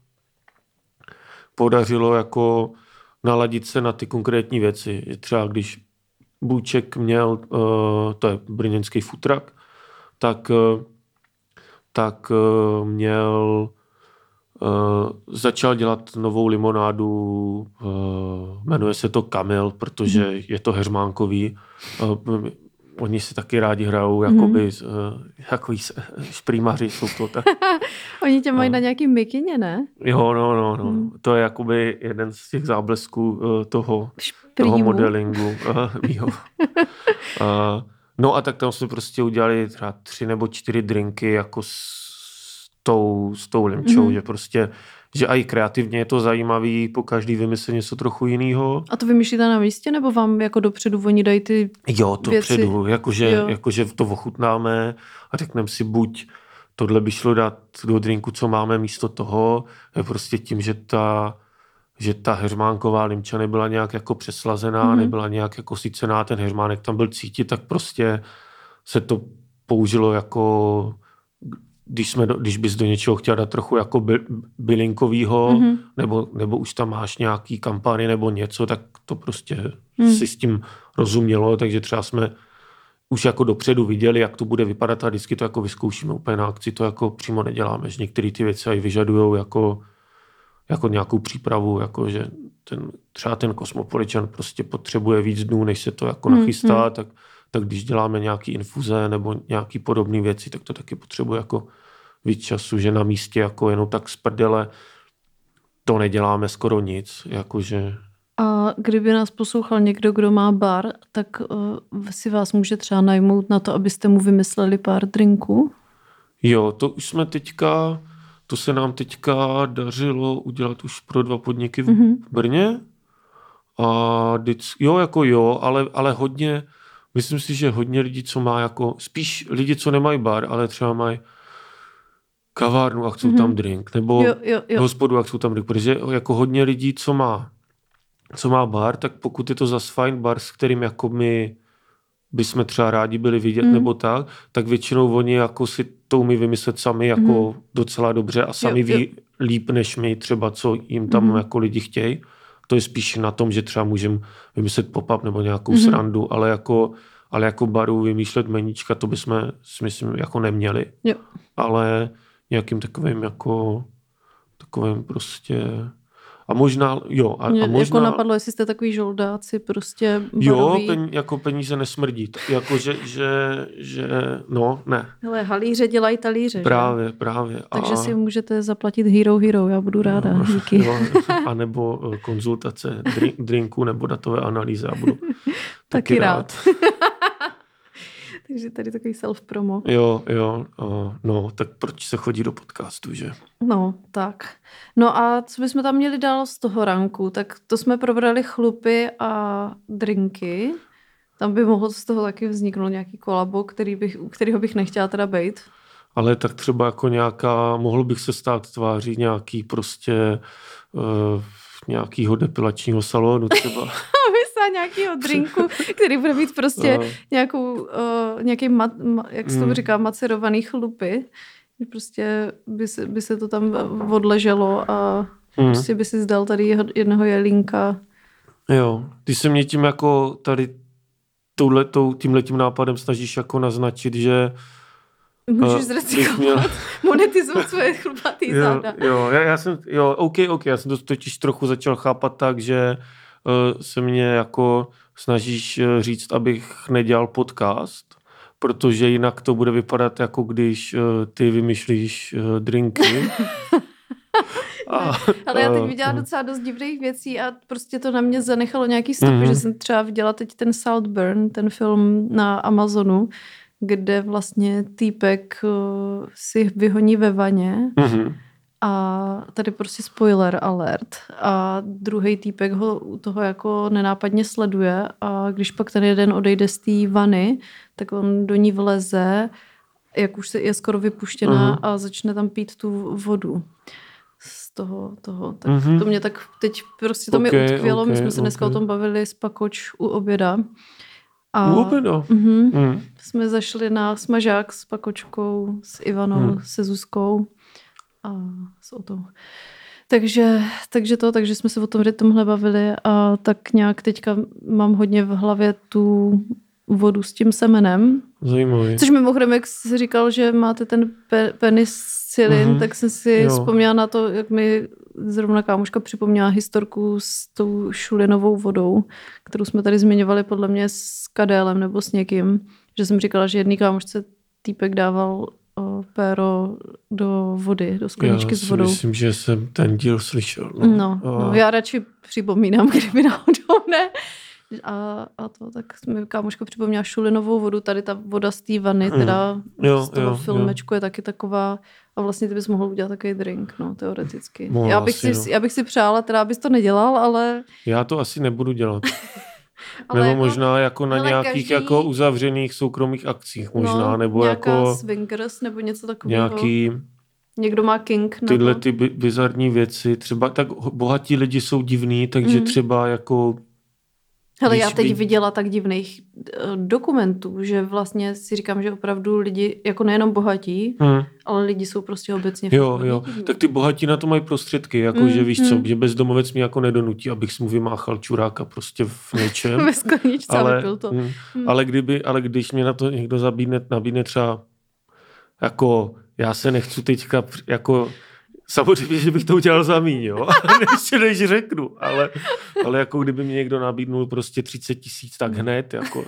podařilo jako naladit se na ty konkrétní věci. Třeba když Bůček měl, uh, to je brněnský futrak, tak, uh, tak uh, měl, uh, začal dělat novou limonádu, uh, jmenuje se to Kamil, protože mm. je to heřmánkový. Uh, Oni si taky rádi hrajou, jakoby, mm. uh, jakoby šprýmaři jsou to tak. Oni tě mají uh, na nějaký mikině, ne? Jo, no, no, no. Mm. To je jakoby jeden z těch záblesků uh, toho, toho modelingu. Uh, mýho. uh, no a tak tam jsme prostě udělali třeba tři nebo čtyři drinky jako s tou, s tou limčou, mm. že prostě že i kreativně je to zajímavý, po každý vymyslet něco trochu jinýho. A to vymýšlíte na místě, nebo vám jako dopředu oni dají ty Jo, to věci? předu, jakože, jakože to ochutnáme a řekneme si buď tohle by šlo dát do drinku, co máme místo toho, je prostě tím, že ta, že ta heřmánková limča nebyla nějak jako přeslazená, mm-hmm. nebyla nějak jako sycená, ten heřmánek tam byl cítit, tak prostě se to použilo jako když, jsme do, když bys do něčeho chtěl dát trochu jako by, bylinkovýho, mm-hmm. nebo, nebo už tam máš nějaký kampany nebo něco, tak to prostě mm. si s tím rozumělo, takže třeba jsme už jako dopředu viděli, jak to bude vypadat a vždycky to jako vyzkoušíme úplně na akci, to jako přímo neděláme, že některé ty věci aj vyžadujou jako, jako nějakou přípravu, jako že ten, třeba ten Cosmopolitan prostě potřebuje víc dnů, než se to jako mm, nachystá, mm. tak tak když děláme nějaký infuze nebo nějaký podobné věci, tak to taky potřebuje jako víc času, že na místě jako jenom tak z prdele to neděláme skoro nic. Jakože... A kdyby nás poslouchal někdo, kdo má bar, tak uh, si vás může třeba najmout na to, abyste mu vymysleli pár drinků? Jo, to už jsme teďka, to se nám teďka dařilo udělat už pro dva podniky v mm-hmm. Brně. A vždycky, jo, jako jo, ale, ale hodně myslím si, že hodně lidí, co má jako, spíš lidi, co nemají bar, ale třeba mají kavárnu a chcou mm-hmm. tam drink, nebo jo, jo, jo. hospodu a chcou tam drink, protože jako hodně lidí, co má, co má bar, tak pokud je to zas fajn bar, s kterým jako my bychom třeba rádi byli vidět mm. nebo tak, tak většinou oni jako si to umí vymyslet sami jako mm. docela dobře a sami jo, ví jo. líp než my třeba, co jim tam mm. jako lidi chtějí. To je spíš na tom, že třeba můžeme vymyslet pop-up nebo nějakou mm-hmm. srandu, ale jako, ale jako baru vymýšlet meníčka, to bychom, si myslím, jako neměli. Jo. Ale nějakým takovým jako takovým prostě... A možná, jo. A, Mě a možná... Jako napadlo, jestli jste takový žoldáci, prostě barový. Jo, pen, jako peníze nesmrdí. Jako, že, že, že, no, ne. Hele, halíře dělají talíře, Právě, že? právě. Takže a... si můžete zaplatit Hero Hero, já budu ráda, no, díky. Jo, a nebo konzultace drink, drinku nebo datové analýzy, já budu taky, taky rád. rád. Takže tady takový self-promo. Jo, jo, uh, no, tak proč se chodí do podcastu, že? No, tak. No a co bychom tam měli dál z toho ranku? Tak to jsme probrali chlupy a drinky. Tam by mohlo z toho taky vzniknout nějaký kolabo, který bych, kterýho bych nechtěla teda bejt. Ale tak třeba jako nějaká, mohl bych se stát tváří nějaký prostě uh, nějakýho depilačního salonu třeba. nějakého drinku, který bude mít prostě no. nějakou, uh, nějaký, ma, ma, jak se to mm. říká, macerovaný chlupy. Prostě by se, by se to tam odleželo a mm. prostě by si zdal tady jednoho jelínka. Jo, ty se mě tím jako tady touhletou, tímhletím nápadem snažíš jako naznačit, že můžeš uh, zrecyklovat, měl... monetizovat svoje chlupatý jo, záda. Jo, já, já jsem, jo, ok, ok, já jsem to totiž trochu začal chápat tak, že se mě jako snažíš říct, abych nedělal podcast, protože jinak to bude vypadat jako když ty vymýšlíš drinky. a, ale já teď viděla docela dost divných věcí a prostě to na mě zanechalo nějaký stopy, mm-hmm. že jsem třeba viděla teď ten Saltburn, ten film na Amazonu, kde vlastně týpek si vyhoní ve vaně. Mm-hmm. A tady prostě spoiler alert. A druhý týpek ho u toho jako nenápadně sleduje a když pak ten jeden odejde z té vany, tak on do ní vleze, jak už je skoro vypuštěná uh-huh. a začne tam pít tu vodu z toho. toho. Tak uh-huh. to mě tak teď prostě to okay, mi utkvělo. Okay, My jsme se dneska okay. o tom bavili s Pakoč u oběda. A, u oběda? Uh-huh, uh. Jsme zašli na smažák s Pakočkou, s Ivanou, uh. se Zuzkou. A s Otou. Takže, takže to, takže jsme se o tom tomhle bavili a tak nějak teďka mám hodně v hlavě tu vodu s tím semenem. Zajímavý. Což mimochodem, jak jsi říkal, že máte ten pe- penicillin, mm-hmm. tak jsem si jo. vzpomněla na to, jak mi zrovna kámoška připomněla historku s tou šulinovou vodou, kterou jsme tady zmiňovali podle mě s Kadélem nebo s někým, že jsem říkala, že jedný kámošce týpek dával péro do vody, do skleničky s vodou. Já myslím, že jsem ten díl slyšel. No, no, a... no já radši připomínám, kdyby náhodou ne. A, a to tak mi kámoška připomněla šulinovou vodu, tady ta voda z té vany, teda jo, z toho jo, filmečku jo. je taky taková a vlastně ty bys mohl udělat takový drink, no, teoreticky. Mohl já, bych asi, si, no. já bych si přála, teda abys to nedělal, ale... Já to asi nebudu dělat. Nebo jako, možná jako na nějakých každý... jako uzavřených soukromých akcích možná, no, nebo jako... swingers, nebo něco takového. Nějaký... Někdo má king. Tyhle nebo... ty bizarní věci, třeba tak bohatí lidi jsou divní, takže mm. třeba jako... Hele, já teď viděla tak divných dokumentů, že vlastně si říkám, že opravdu lidi, jako nejenom bohatí, hmm. ale lidi jsou prostě obecně... Jo, jo. Tak ty bohatí na to mají prostředky, jako hmm. že víš hmm. co, že bezdomovec mě jako nedonutí, abych si mu vymáchal čuráka prostě v něčem. Ve skleničce, ale pil to. Hmm. Hmm. Ale, kdyby, ale když mě na to někdo zabídne, nabídne třeba jako, já se nechci teďka jako... Samozřejmě, že bych to udělal za míň, jo, než, než řeknu, ale, ale jako kdyby mě někdo nabídnul prostě třicet tisíc, tak hned, jako.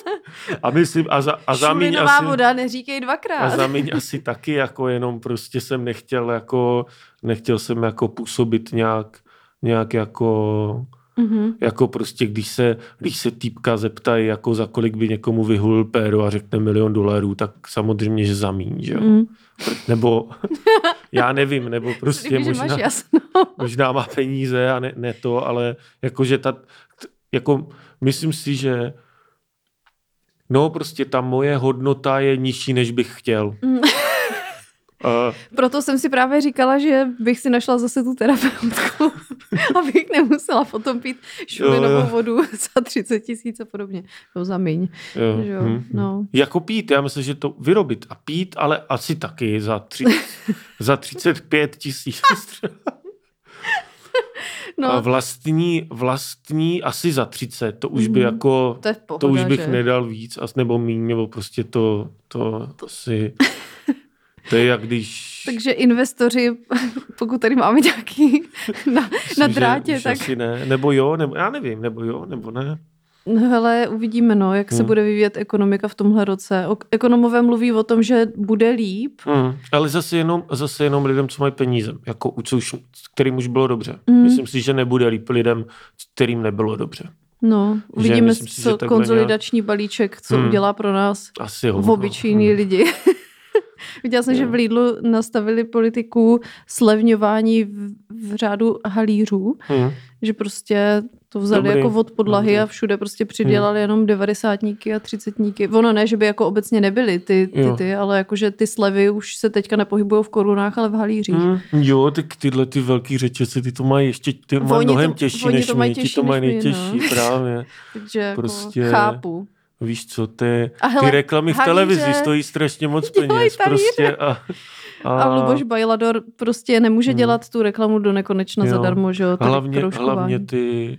A myslím, a za, a za míň asi... voda, neříkej dvakrát. A za míň asi taky, jako jenom prostě jsem nechtěl, jako, nechtěl jsem jako působit nějak, nějak jako... Mm-hmm. Jako prostě, když se, když se týpka zeptají, jako za kolik by někomu vyhulil péro a řekne milion dolarů, tak samozřejmě, že za míň, že jo. Mm. Nebo já nevím, nebo prostě Říkám, možná, možná má peníze a ne, ne to, ale jakože ta, jako myslím si, že no prostě ta moje hodnota je nižší, než bych chtěl. Mm. Uh, Proto jsem si právě říkala, že bych si našla zase tu terapeutku, abych nemusela potom pít šulinovou vodu za třicet tisíc a podobně. To za míň. Jo, jo, hm, no. Jako pít, já myslím, že to vyrobit a pít, ale asi taky za, tři, za třicet pět tisíc. No. A vlastní, vlastní asi za třicet, to už by jako, to, pohoda, to už bych že? nedal víc, nebo míň, nebo prostě to, to, to si... To je jak když... Takže investoři, pokud tady máme nějaký na, Myslím, na drátě, že, tak... Asi ne, nebo jo, nebo já nevím, nebo jo, nebo ne. No hele, uvidíme, no, jak hmm. se bude vyvíjet ekonomika v tomhle roce. O, ekonomové mluví o tom, že bude líp. Hmm. Ale zase jenom, zase jenom lidem, co mají peníze, jako co už, kterým už bylo dobře. Hmm. Myslím si, že nebude líp lidem, kterým nebylo dobře. No, uvidíme, si, co konzolidační nějak... balíček, co hmm. udělá pro nás Asi ho, v obyčejný hmm. lidi. Viděla jsem, že v Lidlu nastavili politiku slevňování v, v řádu halířů, hmm. že prostě to vzali Dobrý. jako od podlahy Dobrý. a všude prostě přidělali hmm. jenom devadesátníky a třicetníky. Ono ne, že by jako obecně nebyly ty, ty, ty ale jakože ty slevy už se teďka nepohybují v korunách, ale v halířích. Hmm. Jo, tak tyhle ty velký řetězce, ty to mají ještě ty mají mnohem to, těžší než my, ti to mají nejtěžší, no. právě. Takže jako prostě... chápu. Víš co, ty, hele, ty reklamy v halíře, televizi stojí strašně moc peněz. Prostě a, a... a Luboš Bajlador prostě nemůže hmm. dělat tu reklamu do nekonečna jo. zadarmo, že jo? Hlavně, hlavně ty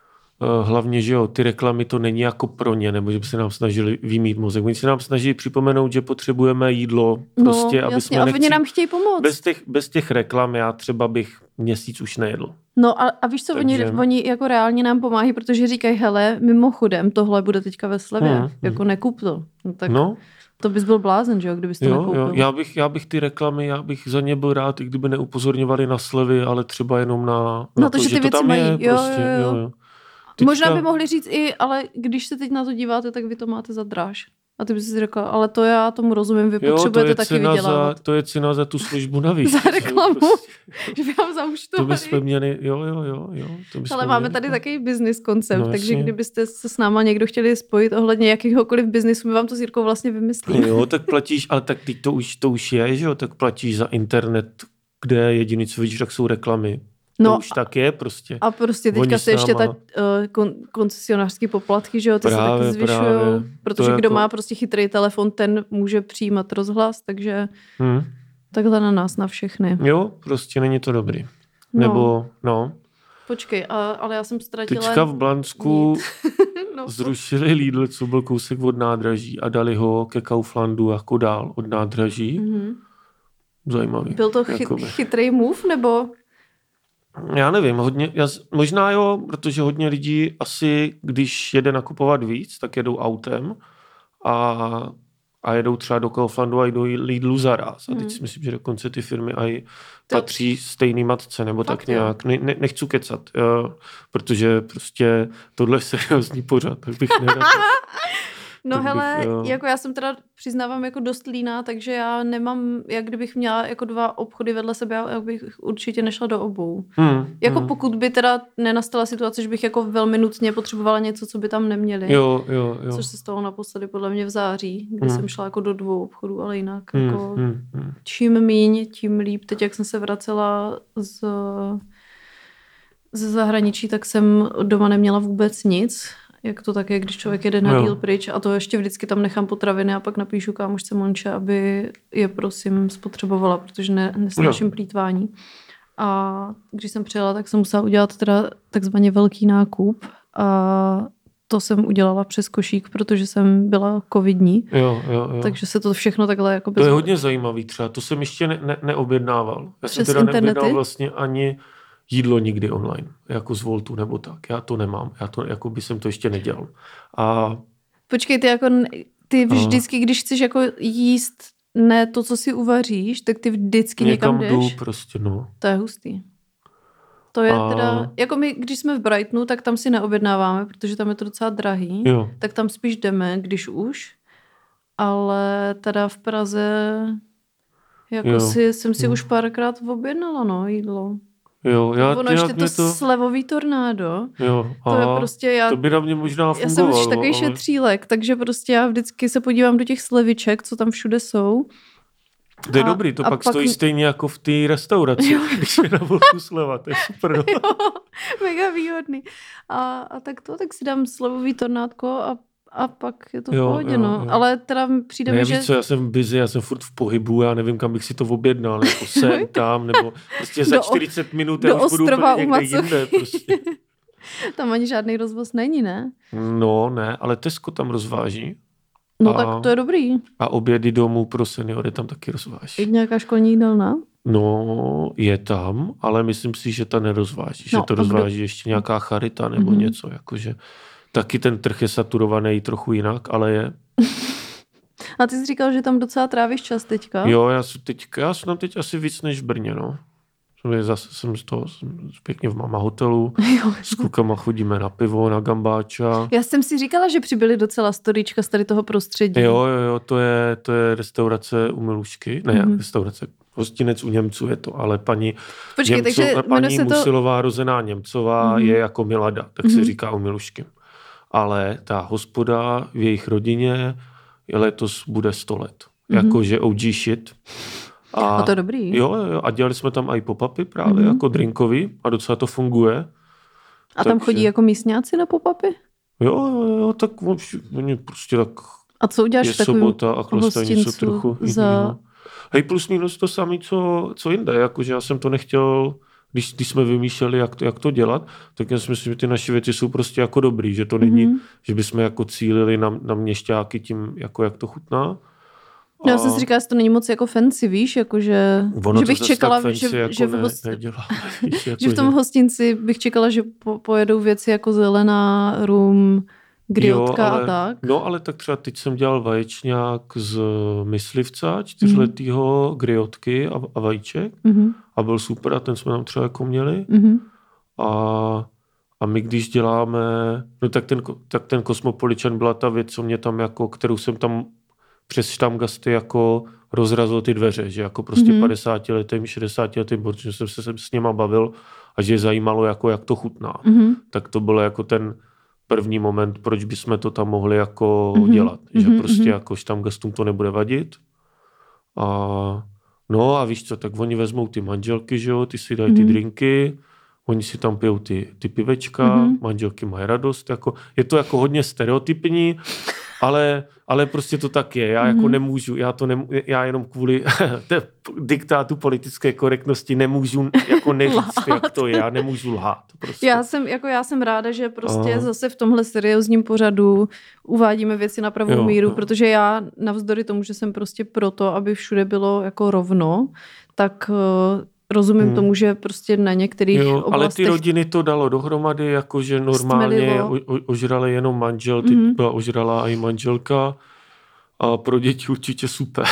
uh, hlavně, že jo, ty reklamy to není jako pro ně, nebo že by se nám snažili vymít mozek. Oni se nám snaží připomenout, že potřebujeme jídlo. Prostě, no, aby jasně, jsme a nechci... oni nám chtějí pomoct. Bez těch, bez těch reklam já třeba bych měsíc už nejedl. No a, a víš co, Takže... oni, oni jako reálně nám pomáhají, protože říkají, hele, mimochodem, tohle bude teďka ve slevě, hmm, jako hmm. nekup to. No, tak no. to bys byl blázen, že jo, kdybys to jo, nekoupil. Jo. Já, bych, já bych ty reklamy, já bych za ně byl rád, i kdyby neupozorňovali na slevy, ale třeba jenom na, na no, to, že, že ty to tam mají. je. Jo, prostě, jo, jo. Jo, jo. Teďka... Možná by mohli říct i, ale když se teď na to díváte, tak vy to máte za dráž. A ty bys si řekla, ale to já tomu rozumím, vy jo, potřebujete taky vydělávat. Za, to je cena za tu službu navíc. Za reklamu, prostě, že by vám zaúčtovali. To bychom měli, jo, jo, jo. jo to ale máme měli, tady takový business koncept, no, takže jasně. kdybyste se s náma někdo chtěli spojit ohledně jakýhokoliv biznisu, my vám to s Jirkou vlastně vymyslíme. Jo, tak platíš, ale tak teď to už, to už je, že jo, tak platíš za internet, kde jediný, co vidíš, tak jsou reklamy. To no, už tak je prostě. A prostě teďka se ještě ta uh, kon, koncesionářský poplatky, že jo, ty právě, se taky zvyšují, protože to kdo jako... má prostě chytrý telefon, ten může přijímat rozhlas, takže hmm. takhle na nás, na všechny. Jo, prostě není to dobrý. No. Nebo, no. Počkej, a, ale já jsem ztratila... Teďka v Blansku no, zrušili Lidl, co byl kousek od nádraží a dali ho ke Kauflandu jako dál od nádraží. Mm-hmm. Zajímavý. Byl to chy, chytrý move, nebo... Já nevím, hodně, já, možná jo, protože hodně lidí asi, když jede nakupovat víc, tak jedou autem a, a jedou třeba do Kauflandu a do Lidlu zaraz. A teď si myslím, že dokonce ty firmy aj patří stejný matce, nebo tak nějak. Ne, ne, nechci kecat, jo, protože prostě tohle je seriózní pořad, tak bych nerad. No tak hele, bych, jo. jako já jsem teda přiznávám jako dost líná, takže já nemám, jak kdybych měla jako dva obchody vedle sebe, já bych určitě nešla do obou. Hmm, jako hmm. pokud by teda nenastala situace, že bych jako velmi nutně potřebovala něco, co by tam neměli. Jo, jo, jo. Což se stalo naposledy podle mě v září, kdy hmm. jsem šla jako do dvou obchodů, ale jinak hmm, jako hmm, hmm. čím míň, tím líp. Teď jak jsem se vracela z, ze zahraničí, tak jsem doma neměla vůbec nic. Jak to tak je, když člověk jede na díl pryč a to ještě vždycky tam nechám potraviny a pak napíšu kámošce Monče, aby je prosím spotřebovala, protože ne, nesnáším plýtvání. A když jsem přijela, tak jsem musela udělat teda takzvaně velký nákup a to jsem udělala přes košík, protože jsem byla covidní. Jo, jo, jo. Takže se to všechno takhle jako bez... To je hodně zajímavý třeba, to jsem ještě ne, ne, neobjednával. Já jsem teda internety? neobjednal vlastně ani jídlo nikdy online, jako z Voltu nebo tak. Já to nemám, já to, jako by jsem to ještě nedělal. A... Počkej, ty jako, ty vždycky, když chceš jako jíst ne to, co si uvaříš, tak ty vždycky někam, někam jdeš? Jdu prostě, no. To je hustý. To je a... teda, jako my, když jsme v Brightonu, tak tam si neobjednáváme, protože tam je to docela drahý. Jo. Tak tam spíš jdeme, když už. Ale teda v Praze jako si, jsem si jo. už párkrát objednala, no, jídlo. Jo, já, ono ještě to, to slevový tornádo. Jo, to je prostě já, to by na mě možná fungovalo. Já jsem už takový ale... šetřílek, takže prostě já vždycky se podívám do těch sleviček, co tam všude jsou. To je a, dobrý, to pak, pak stojí stejně jako v té restauraci, když je na Voltu sleva, to je super. No. Jo, mega výhodný. A, a tak to, tak si dám slevový tornádko a A pak je to v pohodě, no. Ale teda přijde mi, že... co, já jsem busy, já jsem furt v pohybu, já nevím, kam bych si to objednal, jako sem, tam, nebo prostě za čtyřicet minut já už budu úplně někde jinde. Prostě. Tam ani žádný rozvoz není, ne? No, ne, ale Tesco tam rozváží. No a, tak to je dobrý. A obědy domů pro seniory tam taky rozváží. Je nějaká školní jídelna? No, je tam, ale myslím si, že ta nerozváží. No, že to rozváží kdo... ještě nějaká charita nebo mm-hmm. něco. Jakože taky ten trh je saturovaný trochu jinak, ale je. A ty jsi říkal, že tam docela trávíš čas teďka? Jo, já jsem, teď, já jsem tam teď asi víc než v Brně, no. Zase jsem z toho jsem pěkně v mama hotelu, jo. S klukama chodíme na pivo, na gambáča. Já jsem si říkala, že přibyly docela storička z tady toho prostředí. Jo, jo, jo, to je, to je restaurace u Milušky, ne, mm-hmm. restaurace, hostinec u Němců je to, ale paní, Počkej, Němců, takže paní to... Musilová rozená Němcová mm-hmm. je jako Milada, tak mm-hmm. se říká u Milušky. Ale ta hospoda v jejich rodině letos bude sto let. Mm-hmm. Jakože O G shit. A, a to je dobrý. Jo, jo, a dělali jsme tam i pop-upy právě, mm-hmm. jako drinkový a docela to funguje. A tam takže... chodí jako místňáci na pop-upy? Jo, jo, jo, tak oni prostě tak... A co uděláš je takovým sobota a chlastání jsou trochu za... jiný. Hej, plus minus to samé, co, co jinde, jakože já jsem to nechtěl, když, když jsme vymýšleli, jak to, jak to dělat, tak já si myslím, že ty naše věci jsou prostě jako dobrý, že to není, mm-hmm. že bychom jako cílili na, na měšťáky tím, jako jak to chutná. A... Já jsem si říkala, že to není moc jako fancy, víš, jakože, že bych čekala, fancy, že, jako že, ne, v host... nedělá, víš, jako že v tom že... hostinci bych čekala, že po, pojedou věci jako zelená, rum, griotka a tak. No, ale tak třeba teď jsem dělal vaječňák z myslivca, čtyřletýho mm. griotky a, a vajíček mm-hmm. a byl super a ten jsme tam třeba jako měli. Mm-hmm. A, a my když děláme, no tak ten, tak ten Cosmopolitan byla ta věc, co mě tam jako, kterou jsem tam přes štamgasty jako rozrazil ty dveře, že jako prostě mm-hmm. padesátiletým, šedesátiletým, protože jsem se s něma bavil a že je zajímalo, jako jak to chutná. Mm-hmm. Tak to bylo jako ten první moment, proč bychom to tam mohli jako mm-hmm. dělat. Že mm-hmm. prostě jako štamgastům to nebude vadit. A no a víš co, tak oni vezmou ty manželky, že jo, ty si dají mm-hmm. ty drinky, oni si tam pijou ty, ty pivečka, mm-hmm. manželky mají radost. Jako, je to jako hodně stereotypní, ale, ale prostě to tak je. Já mm-hmm. jako nemůžu, já to nemů, já jenom kvůli té diktátu politické korektnosti nemůžu jako neříct, jak to je. Já nemůžu lhát. Prostě. Já jsem, jako já jsem ráda, že prostě Aha. zase v tomhle seriózním pořadu uvádíme věci na pravou jo, míru, jo. protože já navzdory tomu, že jsem prostě proto, aby všude bylo jako rovno, tak rozumím hmm. tomu, že prostě na některých jo, oblastech... Ale ty rodiny to dalo dohromady, jakože normálně o, o, ožrali jenom manžel, ty hmm. byla ožrala i manželka a pro děti určitě super.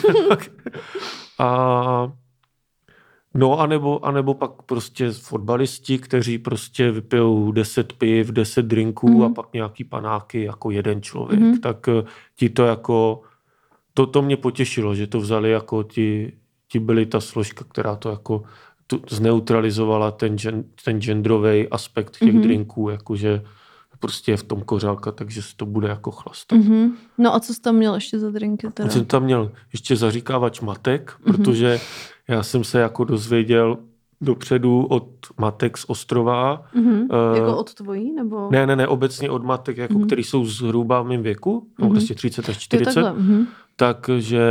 a no anebo, anebo pak prostě fotbalisti, kteří prostě vypijou deset piv, deset drinků hmm. a pak nějaký panáky jako jeden člověk. Hmm. Tak ti to jako... To, to mě potěšilo, že to vzali jako ti... ti byli ta složka, která to jako tu zneutralizovala ten, gen, ten genderový aspekt těch mm-hmm. drinků, jakože prostě je v tom kořálka, takže se to bude jako chlastat. Mm-hmm. No a co jsi tam měl ještě za drinky teda? Jsem tam měl ještě zaříkávač matek, mm-hmm. protože já jsem se jako dozvěděl dopředu od matek z Ostrova. Mm-hmm. Uh, jako od tvojí? Nebo? Ne, ne, ne, obecně od matek, jako, mm-hmm. který jsou zhruba v mým věku, mm-hmm. no, vlastně třicet až čtyřicet, mm-hmm. takže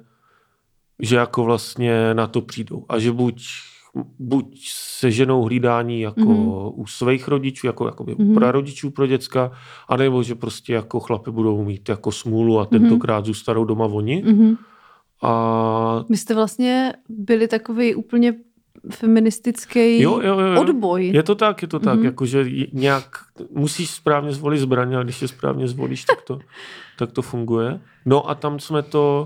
že jako vlastně na to přijdou. A že buď, buď se ženou hlídání jako mm-hmm. u svých rodičů, jako, jako mm-hmm. prarodičů pro děcka, anebo že prostě jako chlapi budou mít jako smůlu a tentokrát mm-hmm. zůstanou doma oni. Mm-hmm. A... Vy jste vlastně byli takový úplně feministický jo, jo, jo. odboj. Je to tak, je to tak. Mm-hmm. Jakože nějak musíš správně zvolit zbraně a když je správně zvolíš, tak to, tak to funguje. No a tam jsme to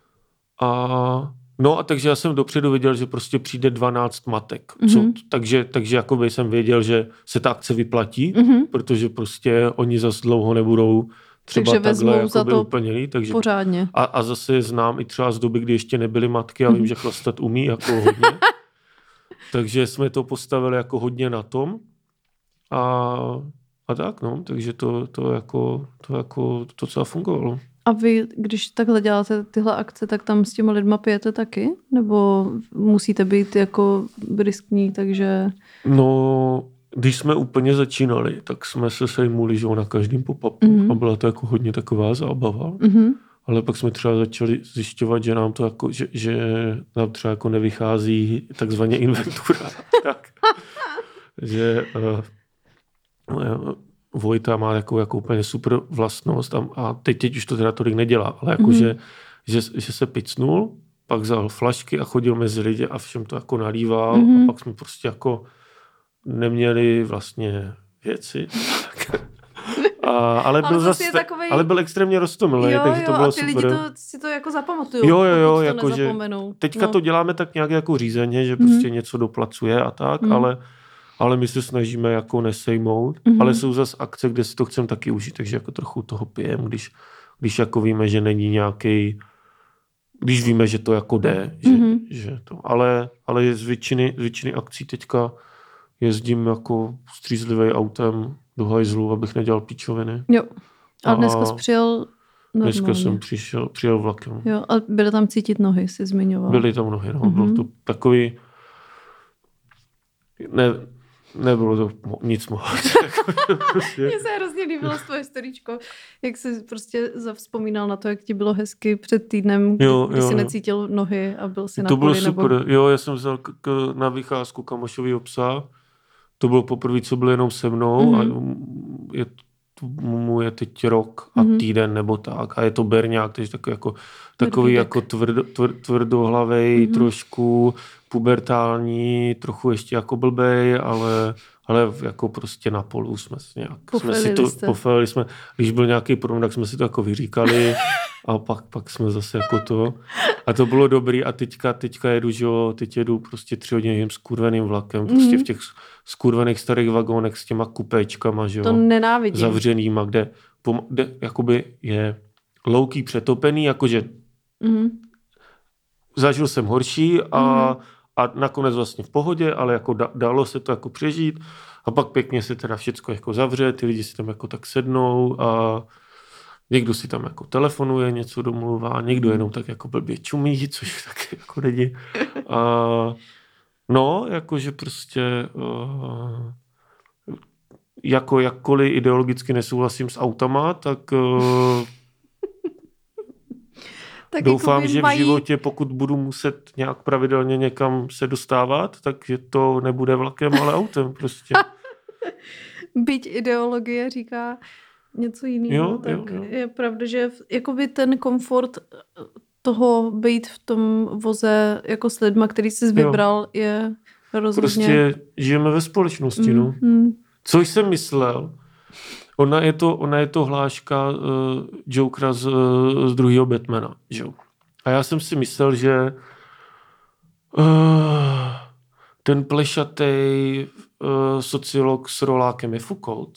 A, no a takže já jsem dopředu věděl, že prostě přijde dvanáct matek. Mm-hmm. Co, takže, takže jakoby jsem věděl, že se ta akce vyplatí, mm-hmm. protože prostě oni zas dlouho nebudou třeba takže takhle jakoby úplně. Takže pořádně. A, a zase znám i třeba z doby, kdy ještě nebyly matky a vím, mm-hmm. že chlastat umí jako hodně. Takže jsme to postavili jako hodně na tom. A, a tak no, takže to, to jako to jako to celá fungovalo. A vy, když takhle děláte tyhle akce, tak tam s těma lidma pijete taky? Nebo musíte být jako briskní, takže... No, když jsme úplně začínali, tak jsme se sejmuli, že na každém pop-upu mm-hmm. a byla to jako hodně taková zábava. Mm-hmm. Ale pak jsme třeba začali zjišťovat, že nám to jako, že, že nám třeba jako nevychází takzvaně inventura. tak, že... Uh, Vojta má takovou jako úplně super vlastnost a, a teď, teď už to teda tolik nedělá, ale jako, mm. že, že, že se picnul, pak vzal flašky a chodil mezi lidi a všem to jako nalíval mm. a pak jsme prostě jako neměli vlastně věci. A, ale, byl zase, takovej... ale byl extrémně roztomilý, takže to bylo a ty super. lidi to, si to jako zapamatujou. Jo, jo, jo, jako že teďka no. to děláme tak nějak jako řízeně, že prostě mm. něco doplacuje a tak, mm. ale, ale my se snažíme jako nesejmout, mm. ale jsou zase akce, kde si to chceme taky užít, takže jako trochu toho pijem, když, když jako víme, že není nějaký, když víme, že to jako jde, že, mm. že to, ale, ale z většiny, z většiny akcí teďka jezdím jako střízlivý autem do hajzlu, abych nedělal píčoviny. Jo. A dneska jsi přijel normálně. Dneska jsem přišel, přijel vlakem. Jo, a byly tam cítit nohy, jsi zmiňoval. Byly tam nohy, no. Mm-hmm. Bylo to takový... Ne, nebylo to nic moc. Mně se hrozně líbilo tvoje storíčko, jak jsi prostě zavzpomínal na to, jak ti bylo hezky před týdnem, kdy, jo, kdy jo, jsi jo. necítil nohy a byl si na to poli. To bylo super. Nebo... Jo, já jsem vzal k, k, na vycházku kamošovýho psa. To bylo poprvé, co byl jenom se mnou mm-hmm. a je, mu je teď rok a mm-hmm. týden nebo tak. A je to berňák, takže takový jako, takový jako tvrdo, tvr, tvrdohlavej, mm-hmm. trošku pubertální, trochu ještě jako blbej, ale, ale jako prostě na polu jsme si nějak... Jsme si to, pofélili jsme, když byl nějaký problém, tak jsme si to jako vyříkali a pak, pak jsme zase jako to... A to bylo dobrý a teďka, teďka jedu, že jo, teď jedu prostě tři hodiny tím skurveným vlakem, prostě mm-hmm. v těch skurvených starých vagónech s těma kupéčkama, že jo. To nenávidím. Zavřenýma, kde, pom- kde jakoby je louký přetopený, jakože mm-hmm. zažil jsem horší a, mm-hmm. a nakonec vlastně v pohodě, ale jako da- dalo se to jako přežít a pak pěkně se teda všecko jako zavře, ty lidi si tam jako tak sednou a někdo si tam jako telefonuje, něco domluvá, někdo jenom tak jako blbě čumí, což taky jako není. A no, jakože prostě uh, jako jakkoliv ideologicky nesouhlasím s autama, tak, uh, tak doufám, že mají... v životě, pokud budu muset nějak pravidelně někam se dostávat, takže to nebude vlakem, ale autem prostě. Byť ideologie říká něco jiného, tak jo, jo. je pravda, že jakoby ten komfort toho být v tom voze jako s lidma, který jsi vybral, jo. je rozhodně... Prostě žijeme ve společnosti, mm, no. Mm. Což jsem myslel, ona je to, ona je to hláška uh, Jokera z, uh, z druhého Batmana, že? A já jsem si myslel, že uh, ten plešatej uh, sociolog s rolákem je Foucault.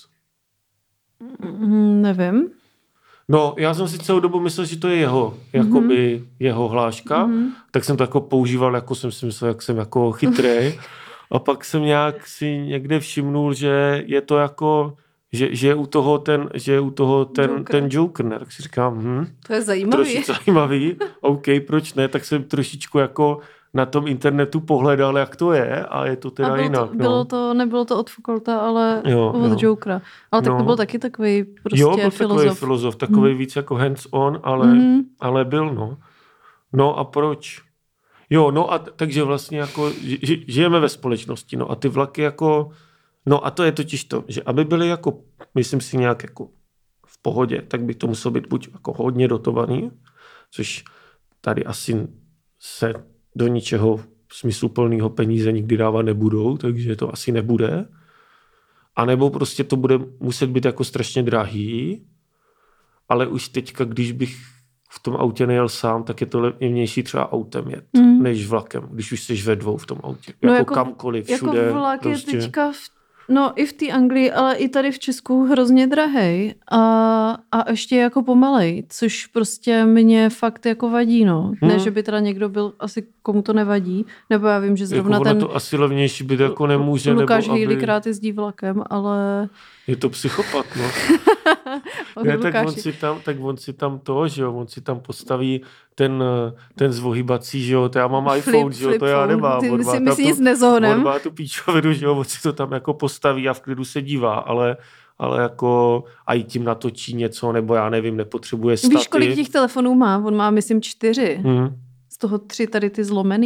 Nevím. No, já jsem si celou dobu myslel, že to je jeho, jakoby mm-hmm. jeho hláška, mm-hmm. tak jsem to jako používal, jako jsem si myslel, jak jsem jako chytrej. A pak jsem nějak si někde všimnul, že je to jako, že, že je u toho ten, že je u toho ten Joker, ten Joker, tak si říkám, hm, to je zajímavý. Trošičku zajímavý, OK, proč ne, tak jsem trošičku jako na tom internetu pohledal, jak to je a je to teda bylo jinak. To, no. bylo to, nebylo to od Foucaulta, ale jo, od jo. Jokera. Ale tak no. to byl taky takový prostě jo, byl filozof. takový filozof, takový mm. víc jako hands-on, ale, mm. ale byl, no. No a proč? Jo, no a takže vlastně jako ži, žijeme ve společnosti, no a ty vlaky jako, no a to je totiž to, že aby byly jako, myslím si nějak jako v pohodě, tak by to muselo být buď jako hodně dotovaný, což tady asi se do ničeho smysluplného peníze nikdy dávat nebudou, takže to asi nebude. A nebo prostě to bude muset být jako strašně drahý, ale už teďka, když bych v tom autě nejel sám, tak je to levnější třeba autem jet, mm. než vlakem, když už jsi ve dvou v tom autě. No jako, jako kamkoliv, všude. Jako vlak prostě. Je teďka v, no i v té Anglii, ale i tady v Česku hrozně drahej a, a ještě jako pomalej, což prostě mě fakt jako vadí, no. Hmm. Ne, že by teda někdo byl, asi komu to nevadí, nebo já vím, že zrovna jako ten... to asi levnější být jako nemůže, Lukáš nebo Hejlí krát jezdí vlakem, ale... Je to psychopat, no. Ne, tak on si tam, tak on si tam to, že jo, on si tam postaví ten, ten zvohybací, že jo, to já mám iPhone, flip, že jo, to já nemám. Ty si my si nic nezohnem. On má tu píčovinu, že jo, on si to tam jako postaví a v klidu se dívá, ale, ale jako a i tím natočí něco, nebo já nevím, nepotřebuje stativ. Víš, kolik těch telefonů má? On má, myslím, čtyři. Hmm. Z toho tři tady ty zlomený.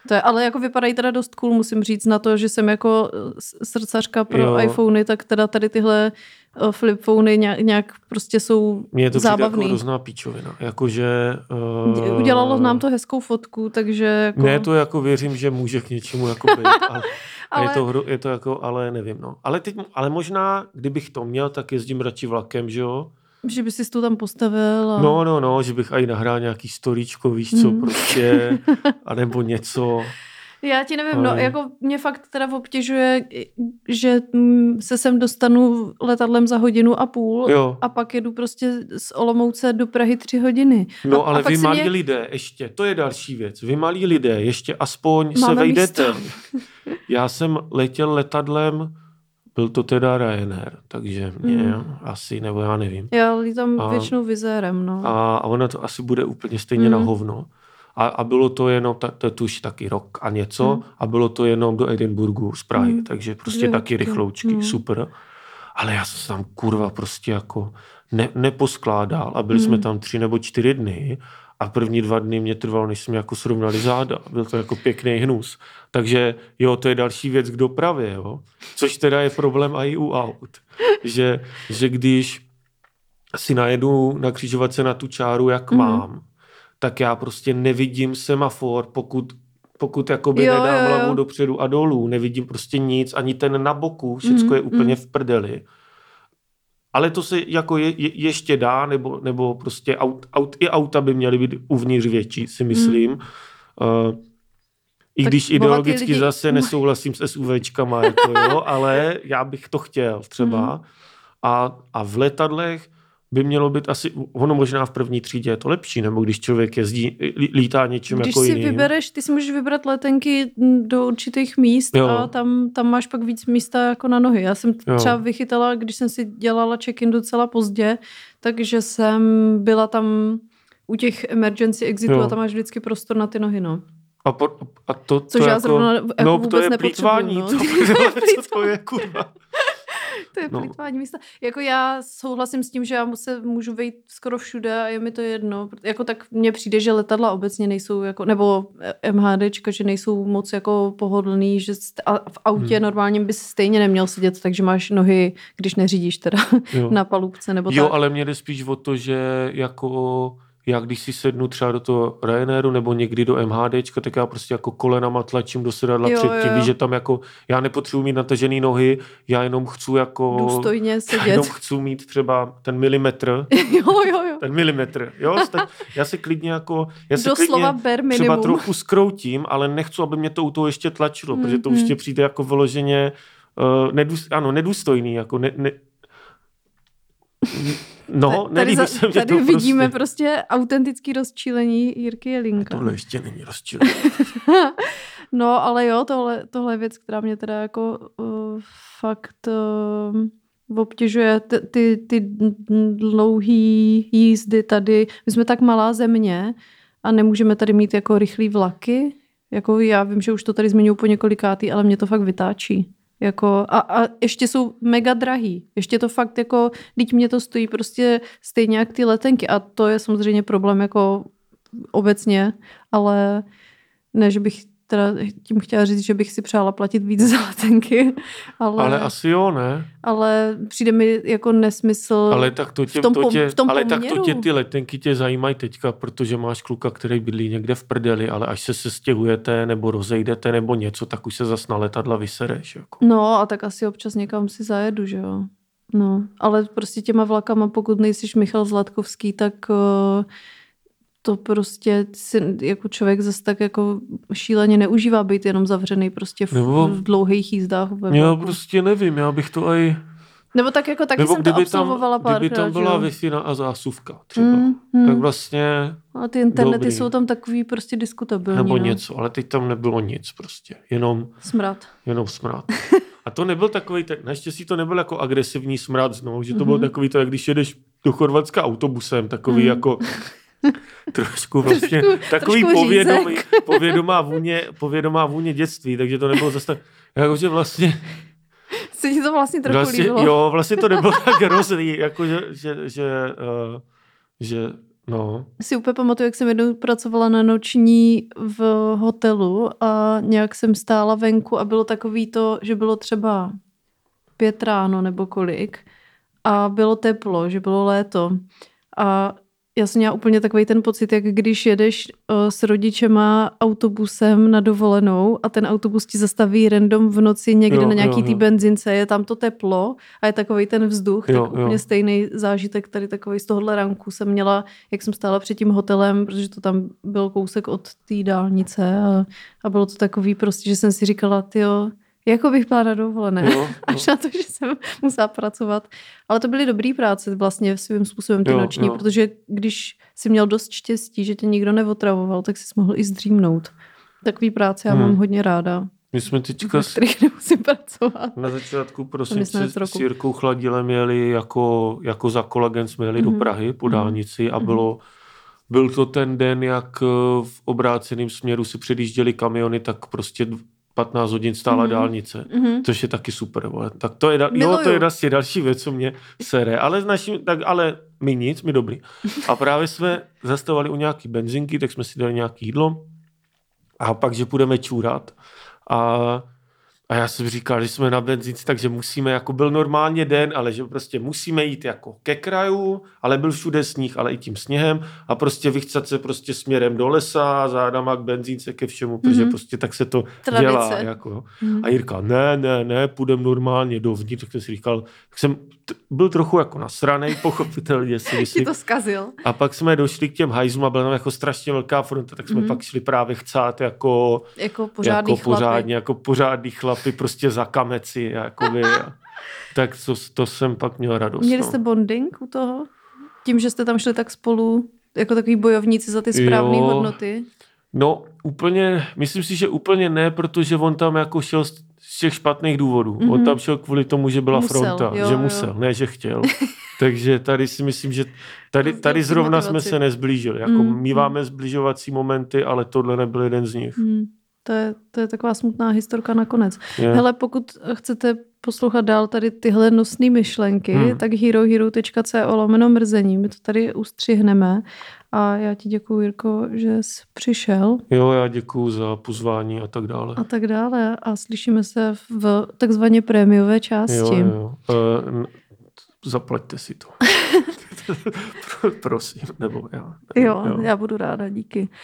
To je, ale jako vypadají teda dost cool, musím říct, na to, že jsem jako srdcařka pro jo. iPhony, tak teda tady tyhle flip phony nějak, nějak prostě jsou Mně to zábavný. Mně to jako hrozná píčovina. Jakože... Uh... Udělalo nám to hezkou fotku, takže jako... Ne, to jako věřím, že může k něčemu jako být, ale, ale... Je, to, je to jako, ale nevím, no. Ale, teď, ale možná, kdybych to měl, tak jezdím radši vlakem, že jo? Že by si to tam postavil. A... No, no, no, že bych aj nahrál nějaký storíčko, víš co, hmm. prostě, anebo něco. Já ti nevím, no, jako mě fakt teda obtěžuje, že se sem dostanu letadlem za hodinu a půl jo. a pak jedu prostě z Olomouce do Prahy tři hodiny. No, a, ale a vy malí mě... lidé ještě, to je další věc, vy malí lidé ještě aspoň Máme se vejdete. Já jsem letěl letadlem, byl to teda Ryanair, takže mě hmm. asi, nebo já nevím. Já lítám a, většinou Wizzairem, no. A, a ono to asi bude úplně stejně hmm. na hovno. A, a bylo to jenom, to je už taky rok a něco, hmm. a bylo to jenom do Edinburghu z Prahy, hmm. takže prostě Dvě, taky rychloučky, hmm. super. Ale já jsem tam kurva prostě jako ne, neposkládal a byli hmm. jsme tam tři nebo čtyři dny a první dva dny mě trvalo, než jsme jako srovnali záda. Byl to jako pěkný hnus. Takže jo, to je další věc k dopravě, jo. Což teda je problém i u aut. Že, že když si najedu na křižovatce na tu čáru, jak hmm. mám, tak já prostě nevidím semafor, pokud, pokud jakoby jo, nedám hlavu dopředu a dolů, nevidím prostě nic, ani ten na boku, všecko mm, je úplně mm. v prdeli. Ale to se jako je, je, ještě dá, nebo, nebo prostě aut, aut, i auta by měly být uvnitř větší, si myslím. Mm. Uh, I tak když ideologicky lidi... zase nesouhlasím s SUVčkama, jako jo, ale já bych to chtěl třeba. Mm. A, a v letadlech by mělo být asi, ono možná v první třídě je to lepší, nebo když člověk jezdí, lítá něčím když jako jiným. Když si vybereš, ty si můžeš vybrat letenky do určitých míst jo. a tam, tam máš pak víc místa jako na nohy. Já jsem jo. třeba vychytala, když jsem si dělala check-in docela pozdě, takže jsem byla tam u těch emergency exitů jo. a tam máš vždycky prostor na ty nohy, no. A, po, a to, to Což já jako, zrovna jako no, vůbec to je nepotřebuji. No. To, co to je, kurva? To je no. plýtvání místa. Jako já souhlasím s tím, že já se můžu vejít skoro všude a je mi to jedno. Jako tak mně přijde, že letadla obecně nejsou jako, nebo MHDčka, že nejsou moc jako pohodlný, že v autě hmm. normálně bys stejně neměl sedět, takže máš nohy, když neřídíš teda jo. na palubce nebo jo, tak. ale mě jde spíš o to, že jako já když si sednu třeba do toho Ryanairu nebo někdy do MHDčka, tak já prostě jako kolenama tlačím do sedadla předtím, víš, že tam jako, já nepotřebuji mít natažený nohy, já jenom chci jako... důstojně sedět. Já jenom chci mít třeba ten milimetr. jo, jo, jo. Ten milimetr, jo? Tak já se klidně jako... Já se doslova klidně ber minimum. Třeba trochu skroutím, ale nechci, aby mě to u toho ještě tlačilo, mm, protože to mm. už tě přijde jako vyloženě uh, nedůst, ano, nedůstojný, jako ne... ne No, tady, za, se tady to vidíme prostě, prostě autentický rozčílení Jirky Jelínka. Tohle ještě není rozčílení. No, ale jo, tohle, tohle je věc, která mě teda jako uh, fakt uh, obtěžuje. Ty, ty, ty dlouhý jízdy tady. My jsme tak malá země a nemůžeme tady mít jako rychlý vlaky. Jako já vím, že už to tady zmiňuji po několikátý, ale mě to fakt vytáčí. Jako, a, a ještě jsou mega drahý. Ještě to fakt jako, teď mě to stojí prostě stejně jak ty letenky a to je samozřejmě problém jako obecně, ale ne, že bych teda tím chtěla říct, že bych si přála platit víc za letenky. Ale, ale asi jo, ne? Ale přijde mi jako nesmysl ale tak to tě, v tom, to tě, v tom ale poměru. tak to tě ty letenky tě zajímají teďka, protože máš kluka, který bydlí někde v prdeli, ale až se sestěhujete nebo rozejdete nebo něco, tak už se zas na letadla vysereš. Jako. No a tak asi občas někam si zajedu, že jo. No, ale prostě těma vlakama, pokud nejsiš Michal Zlatkovský, tak... Uh, to prostě si jako člověk zase tak jako šíleně neužívá být jenom zavřený prostě v, Nebo, v dlouhých jízdách. Já prostě nevím, já bych to aj... Nebo tak jako taky Nebo jsem to absolvovala párkrát. Kdyby tam byla Wi-Fi a zásuvka třeba, mm, mm. tak vlastně... A ty internety dobrý. Jsou tam takový prostě diskutabilní. Nebo no. něco, ale teď tam nebylo nic prostě, jenom... Smrad. Jenom smrad. A to nebyl takový, ten, naštěstí to nebyl jako agresivní smrad znovu, že to mm-hmm. bylo takový to, jak když jedeš do Chorvatska autobusem, takový mm. jako... Trošku vlastně trošku, takový trošku povědomý, povědomá, vůně, povědomá vůně dětství, takže to nebylo zase tak, jakože vlastně... Se ti to vlastně trochu vlastně, líbilo? Jo, vlastně to nebylo tak hrozný, jako že, že, že, uh, že No. Si úplně pamatuju, jak jsem jednou pracovala na noční v hotelu a nějak jsem stála venku a bylo takový to, že bylo třeba pět ráno nebo kolik a bylo teplo, že bylo léto. A já jsem měla úplně takový ten pocit, jak když jedeš uh, s rodičema autobusem na dovolenou a ten autobus ti zastaví random v noci někde jo, na nějaký jo, tý jo. benzince, je tam to teplo a je takový ten vzduch, jo, tak úplně jo. stejný zážitek tady takový z tohohle ranku jsem měla, jak jsem stála před tím hotelem, protože to tam byl kousek od té dálnice a, a bylo to takový prostě, že jsem si říkala, tyjo, jako bych byla na dovolené, jo, jo. až na to, že jsem musela pracovat. Ale to byly dobrý práce vlastně svým způsobem ty jo, noční, jo. protože když jsi měl dost štěstí, že tě nikdo neotravoval, tak jsi mohl i zdřímnout. Takový práce já hmm. mám hodně ráda. My jsme teďka s... nemusím pracovat. Na začátku prosince s Jirkou Chladilem jeli jako, jako za kolagen jsme jeli mm-hmm. do Prahy po dálnici a bylo, byl to ten den, jak v obráceném směru si předjížděli kamiony, tak prostě patnáct hodin stála mm-hmm. dálnice, mm-hmm. což je taky super. Vole. Tak to je, da- jo, to je vlastně další věc, co mě sere. Ale, s naším, tak, ale my nic, my dobrý. A právě jsme zastavovali u nějaký benzinky, tak jsme si dali nějaký jídlo a pak, že půjdeme čůrat. A, a já jsem říkal, že jsme na benzínce, takže musíme, jako byl normálně den, ale že prostě musíme jít jako ke kraju, ale byl všude sníh, ale i tím sněhem a prostě vychcat se prostě směrem do lesa, zádama k benzínce, ke všemu, mm-hmm. protože prostě tak se to Tradice. dělá. Jako. Mm-hmm. A Jirka, ne, ne, ne, půjdem normálně dovnitř, tak jsem si říkal, tak jsem t- byl trochu jako nasranej, pochopitelně si myslím. Ti to zkazil. A pak jsme došli k těm hajzům a byla tam jako strašně velká fronta, tak jsme mm-hmm. pak šli právě chcát jako, jako pořádný jako pořádně, jako pořádný chlapy prostě za kameci. Jakoby, tak to, to jsem pak měl radost. Měli jste bonding u toho? Tím, že jste tam šli tak spolu jako takový bojovníci za ty správné hodnoty? No úplně, myslím si, že úplně ne, protože on tam jako šel z těch špatných důvodů. Mm-hmm. On tam šel kvůli tomu, že byla musel, fronta, jo, že jo. musel, ne, že chtěl. Takže tady si myslím, že tady, tady zrovna jsme se nezblížili. Jako mm, míváme zbližovací momenty, ale tohle nebyl jeden z nich. Mm. To je, to je taková smutná historka nakonec. Yeah. Hele, pokud chcete poslouchat dál tady tyhle nosné myšlenky, hmm. tak herohero tečka co lomeno mrzení. My to tady ustřihneme. A já ti děkuju, Jirko, že jsi přišel. Jo, já děkuju za pozvání a tak dále. A tak dále. A slyšíme se v takzvaně prémiové části. Jo, jo. Uh, zaplaťte si to. Prosím, nebo já. Nebo, jo, jo, já budu ráda, díky.